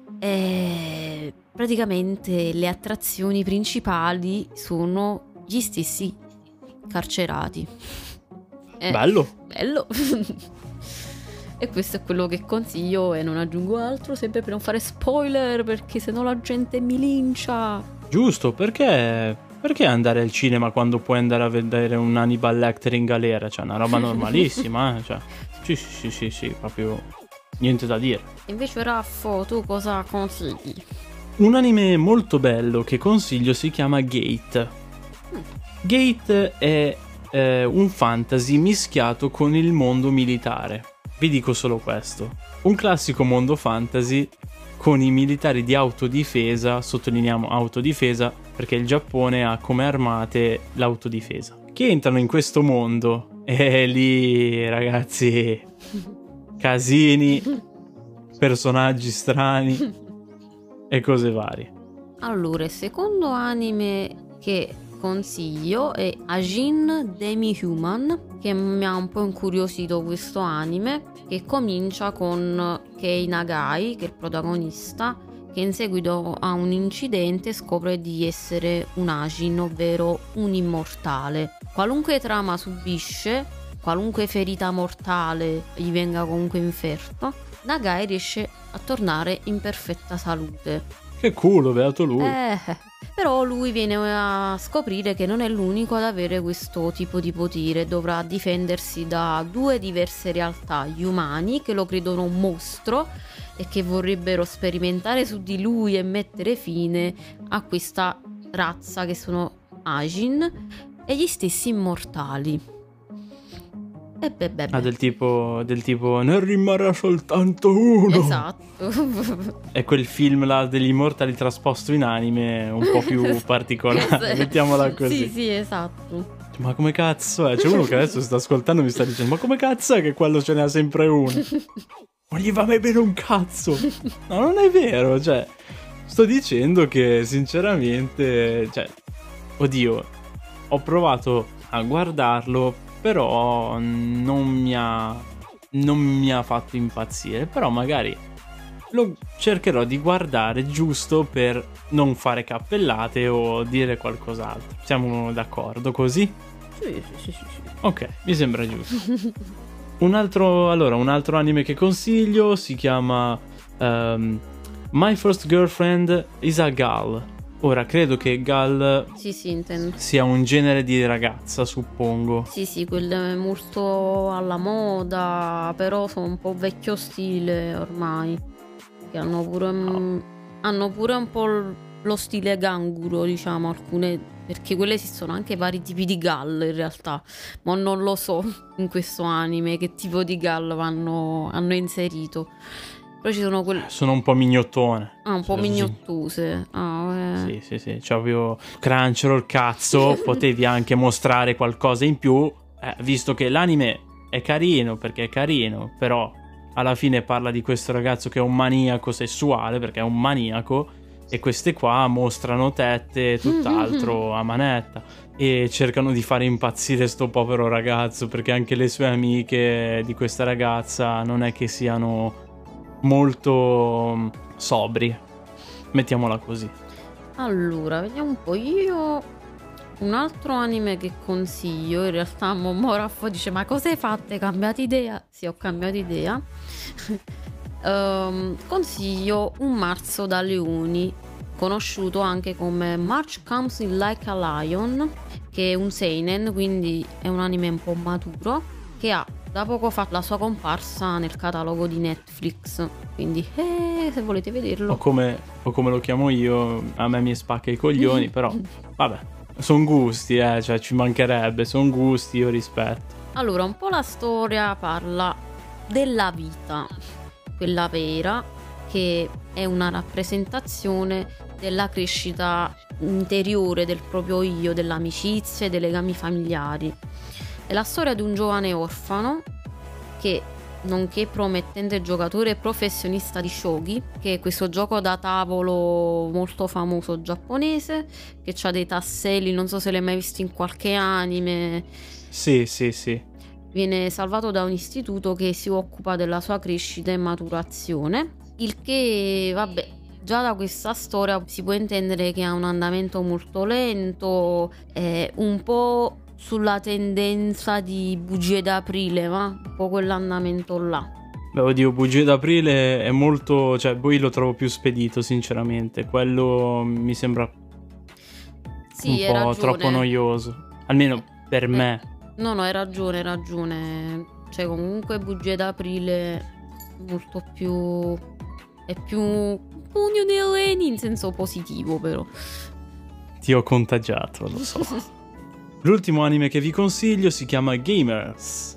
E praticamente le attrazioni principali sono gli stessi carcerati. Bello. E questo è quello che consiglio e non aggiungo altro, sempre per non fare spoiler, perché sennò la gente mi lincia. Giusto, perché andare al cinema quando puoi andare a vedere un Hannibal Lecter in galera? Cioè, una roba normalissima, Cioè, sì, proprio niente da dire. Invece Raffo, tu cosa consigli? Un anime molto bello che consiglio si chiama Gate. Gate è un fantasy mischiato con il mondo militare. Vi dico solo questo. Un classico mondo fantasy con i militari di autodifesa, sottolineiamo autodifesa, perché il Giappone ha come armate l'autodifesa, che entrano in questo mondo e lì, ragazzi, casini, personaggi strani e cose varie. Allora, il secondo anime che consiglio è Ajin Demi-Human, che mi ha un po' incuriosito questo anime, che comincia con Kei Nagai, che è il protagonista, che in seguito a un incidente scopre di essere un Ajin, ovvero un immortale. Qualunque trama subisce, qualunque ferita mortale gli venga comunque inferta, Nagai riesce a tornare in perfetta salute. Che culo, beato lui. Però lui viene a scoprire che non è l'unico ad avere questo tipo di potere. Dovrà difendersi da due diverse realtà, gli umani che lo credono un mostro e che vorrebbero sperimentare su di lui e mettere fine a questa razza che sono Ajin, e gli stessi immortali. Del tipo ne rimarrà soltanto uno. Esatto. È quel film là degli immortali trasposto in anime un po' più particolare, mettiamola così. Sì, esatto. Ma come cazzo è? C'è uno che adesso sta ascoltando e mi sta dicendo: ma come cazzo è che quello ce n'ha sempre uno? Non gli va mai bene un cazzo. No, non è vero, cioè sto dicendo che sinceramente, cioè, oddio, ho provato a guardarlo, però non mi ha fatto impazzire. Però magari lo cercherò di guardare giusto per non fare cappellate o dire qualcos'altro. Siamo d'accordo così? Sì. Ok, mi sembra giusto. Un altro anime che consiglio si chiama My First Girlfriend is a Gal. Ora, credo che Gal intendo. sia un genere di ragazza, suppongo. Sì, quello è molto alla moda, però sono un po' vecchio stile ormai. Che hanno pure un po' lo stile ganguro, diciamo, alcune, perché quelle esistono anche vari tipi di Gal in realtà, ma non lo so in questo anime che tipo di Gal hanno inserito. Però ci sono quelle... Sono un po' mignottone. Un po' mignottuse. Sì. C'è proprio Crunchyroll, cazzo. Potevi anche mostrare qualcosa in più. Visto che l'anime è carino, perché è carino, però alla fine parla di questo ragazzo che è un maniaco sessuale, perché è un maniaco, e queste qua mostrano tette e tutt'altro a manetta. E cercano di fare impazzire sto povero ragazzo, perché anche le sue amiche di questa ragazza non è che siano molto sobri, mettiamola così. Allora, vediamo un po'. Io un altro anime che consiglio, in realtà Moraffo dice: ma cosa hai fatto? Hai cambiato idea? Sì, ho cambiato idea. Consiglio Un marzo da leoni, conosciuto anche come March Comes in Like a Lion, che è un seinen, quindi è un anime un po' maturo, che ha da poco fatto la sua comparsa nel catalogo di Netflix, quindi se volete vederlo. O come lo chiamo io, a me mi spacca i coglioni, però vabbè, sono gusti, cioè ci mancherebbe, sono gusti, io rispetto. Allora, un po' la storia parla della vita, quella vera, che è una rappresentazione della crescita interiore del proprio io, dell'amicizia e dei legami familiari. È la storia di un giovane orfano che, nonché promettente giocatore e professionista di shogi, che è questo gioco da tavolo molto famoso giapponese, che ha dei tasselli, non so se l'hai mai visto in qualche anime. Sì. Viene salvato da un istituto che si occupa della sua crescita e maturazione, il che, vabbè, già da questa storia si può intendere che ha un andamento molto lento, un po' sulla tendenza di Bugie d'aprile, ma un po' quell'andamento là. Beh, oddio, Bugie d'Aprile è molto... cioè, poi lo trovo più spedito, sinceramente. Quello mi sembra Sì, un po' troppo noioso. Almeno per me. No, hai ragione, hai ragione. Cioè, comunque Bugie d'Aprile molto più... è più pugno di Eleni in senso positivo, però. Ti ho contagiato, lo so. L'ultimo anime che vi consiglio si chiama Gamers.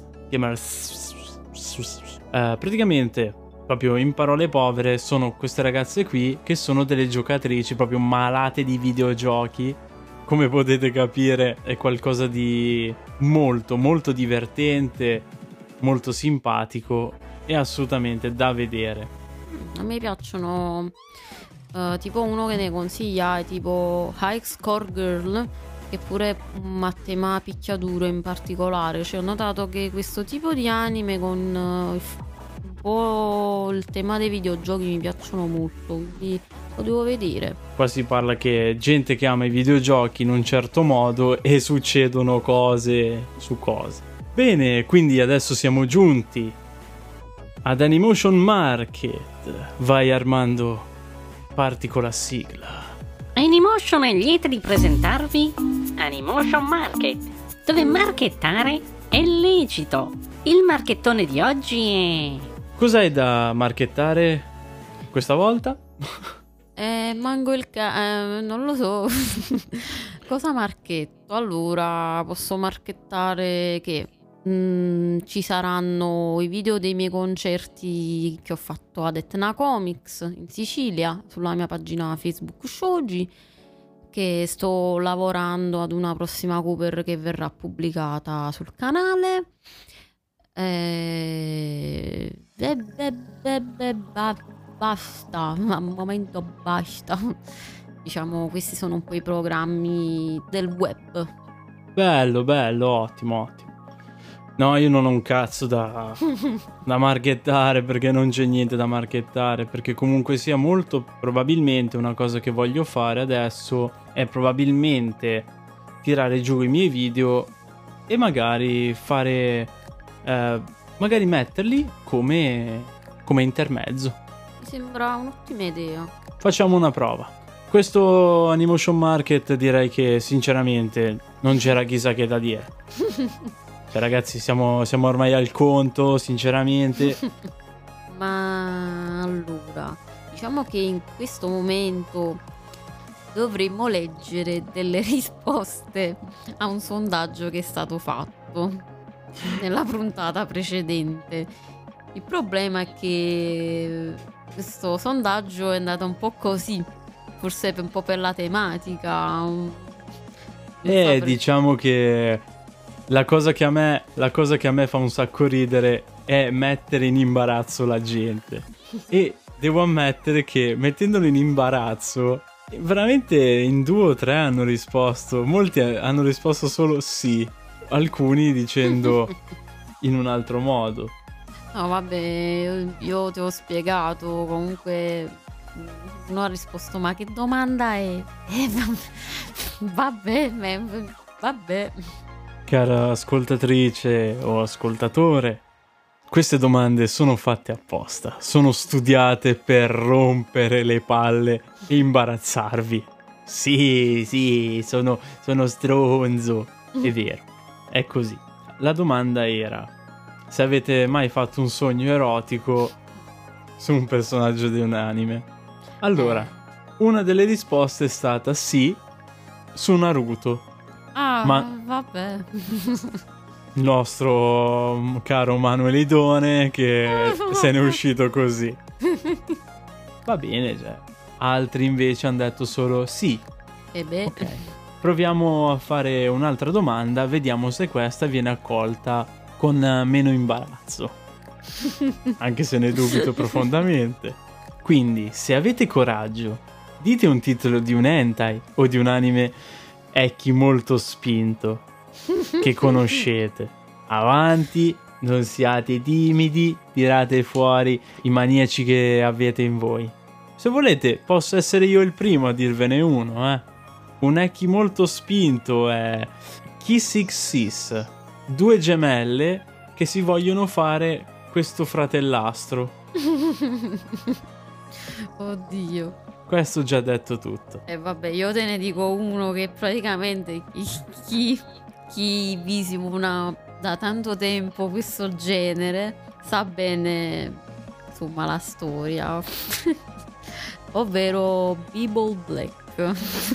Praticamente, proprio in parole povere, sono queste ragazze qui che sono delle giocatrici proprio malate di videogiochi. Come potete capire è qualcosa di molto molto divertente, molto simpatico e assolutamente da vedere. A me piacciono tipo uno che ne consiglia è tipo High Score Girl, che pure è un mattema picchiaduro in particolare. Cioè ho notato che questo tipo di anime con un po' il tema dei videogiochi mi piacciono molto, quindi lo devo vedere. Qua si parla che gente che ama i videogiochi in un certo modo e succedono cose su cose. Bene, quindi adesso siamo giunti ad Animotion Market. Vai Armando, parti con la sigla. Animotion è lieta di presentarvi Animotion Market, dove marchettare è lecito. Il marchettone di oggi è... Cos'hai da marchettare questa volta? Mango non lo so. Cosa marchetto? Allora, posso marchettare che ci saranno i video dei miei concerti che ho fatto ad Etna Comics in Sicilia, sulla mia pagina Facebook Shoji, che sto lavorando ad una prossima cover che verrà pubblicata sul canale. Basta, al momento basta. Diciamo, questi sono un po' i programmi del web. Bello, bello, ottimo, ottimo. No, io non ho un cazzo da marchettare, perché non c'è niente da marchettare, perché comunque sia molto probabilmente una cosa che voglio fare adesso è probabilmente tirare giù i miei video e magari fare magari metterli come intermezzo. Mi sembra un'ottima idea. Facciamo una prova. Questo Animotion Market direi che sinceramente non c'era chissà che da dire. Cioè ragazzi, siamo ormai al conto, sinceramente. Ma allora, diciamo che in questo momento dovremmo leggere delle risposte a un sondaggio che è stato fatto nella puntata precedente. Il problema è che questo sondaggio è andato un po' così, forse un po' per la tematica. Diciamo che la cosa che a me fa un sacco ridere è mettere in imbarazzo la gente. E devo ammettere che mettendolo in imbarazzo, veramente in 2 o 3 hanno risposto. Molti hanno risposto solo sì, alcuni dicendo in un altro modo. No, vabbè, io ti ho spiegato. Comunque uno ha risposto: ma che domanda è? Vabbè. Cara ascoltatrice o ascoltatore, queste domande sono fatte apposta, sono studiate per rompere le palle e imbarazzarvi. Sì, sono stronzo. È vero, è così. La domanda era: se avete mai fatto un sogno erotico su un personaggio di un anime. Allora, una delle risposte è stata sì, su Naruto. Ma vabbè. Il nostro caro Manuelidone che se ne è uscito così. Va bene, cioè. Altri invece hanno detto solo sì. E beh. Ok. Proviamo a fare un'altra domanda, vediamo se questa viene accolta con meno imbarazzo. Anche se ne dubito profondamente. Quindi, se avete coraggio, dite un titolo di un hentai o di un anime ecchi molto spinto che conoscete. Avanti, non siate timidi, tirate fuori i maniaci che avete in voi. Se volete, posso essere io il primo a dirvene uno, Un ecchi molto spinto è Kiss X Sis, 2 gemelle che si vogliono fare questo fratellastro. Oddio. Questo già detto tutto. E vabbè, io te ne dico uno che praticamente chi visiona da tanto tempo questo genere sa bene, insomma, la storia. Ovvero Bible Black.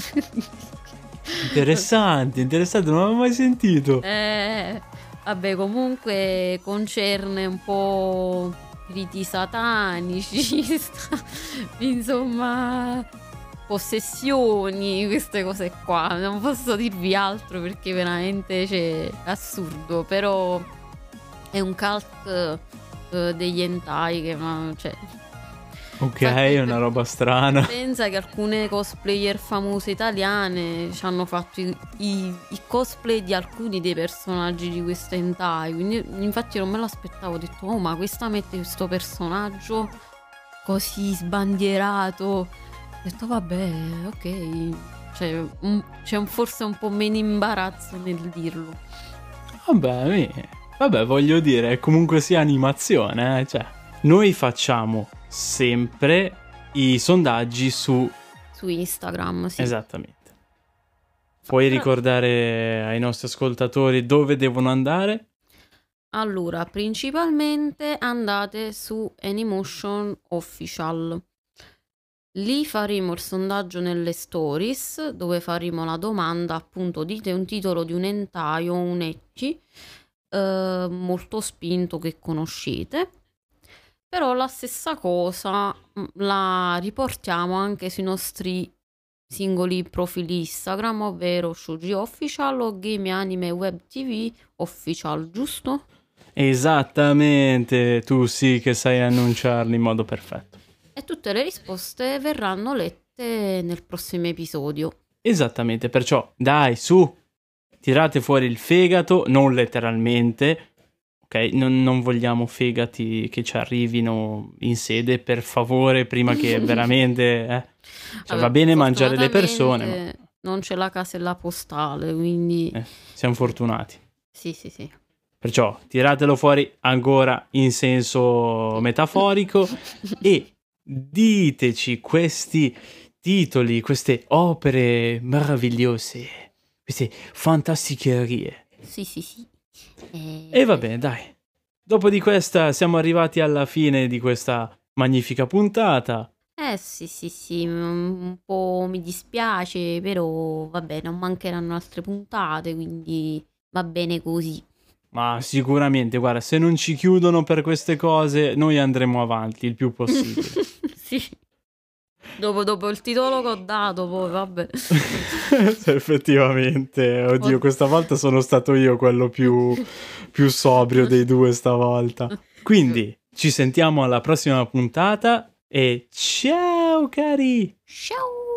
Interessante, non l'avevo mai sentito. Vabbè, comunque concerne un po' riti satanici, insomma, possessioni, queste cose qua. Non posso dirvi altro perché veramente c'è assurdo, però è un cult degli hentai che cioè, ok, è una roba strana. Pensa che alcune cosplayer famose italiane ci hanno fatto i cosplay di alcuni dei personaggi di questo hentai, quindi infatti non me lo aspettavo, ho detto oh, ma questa mette questo personaggio così sbandierato, ho detto vabbè, ok, cioè, c'è forse un po' meno imbarazzo nel dirlo. Vabbè, voglio dire, comunque sia animazione, cioè noi facciamo sempre i sondaggi su Instagram, sì. Esattamente. Puoi ricordare ai nostri ascoltatori dove devono andare? Allora, principalmente andate su Anymotion Official. Lì faremo il sondaggio nelle stories, dove faremo la domanda, appunto, dite un titolo di un hentai o un ecchi molto spinto che conoscete. Però la stessa cosa la riportiamo anche sui nostri singoli profili Instagram, ovvero Shouji Official o Game Anime Web TV Official, giusto? Esattamente, tu sì che sai annunciarli in modo perfetto. E tutte le risposte verranno lette nel prossimo episodio. Esattamente, perciò dai, su, tirate fuori il fegato, non letteralmente. Ok, non vogliamo fegati che ci arrivino in sede, per favore, prima che veramente... Cioè, va bene mangiare le persone, ma... non c'è la casella postale, quindi... siamo fortunati. Sì. Perciò tiratelo fuori ancora in senso metaforico e diteci questi titoli, queste opere meravigliose, queste fantasticherie. Sì. E va bene, dai. Dopo di questa siamo arrivati alla fine di questa magnifica puntata. Sì, un po' mi dispiace, però vabbè, non mancheranno altre puntate, quindi va bene così. Ma sicuramente, guarda, se non ci chiudono per queste cose, noi andremo avanti il più possibile. Sì. Dopo il titolo che ho dato, poi vabbè. Effettivamente, oddio, questa volta sono stato io quello più sobrio dei due stavolta. Quindi, ci sentiamo alla prossima puntata e ciao cari! Ciao!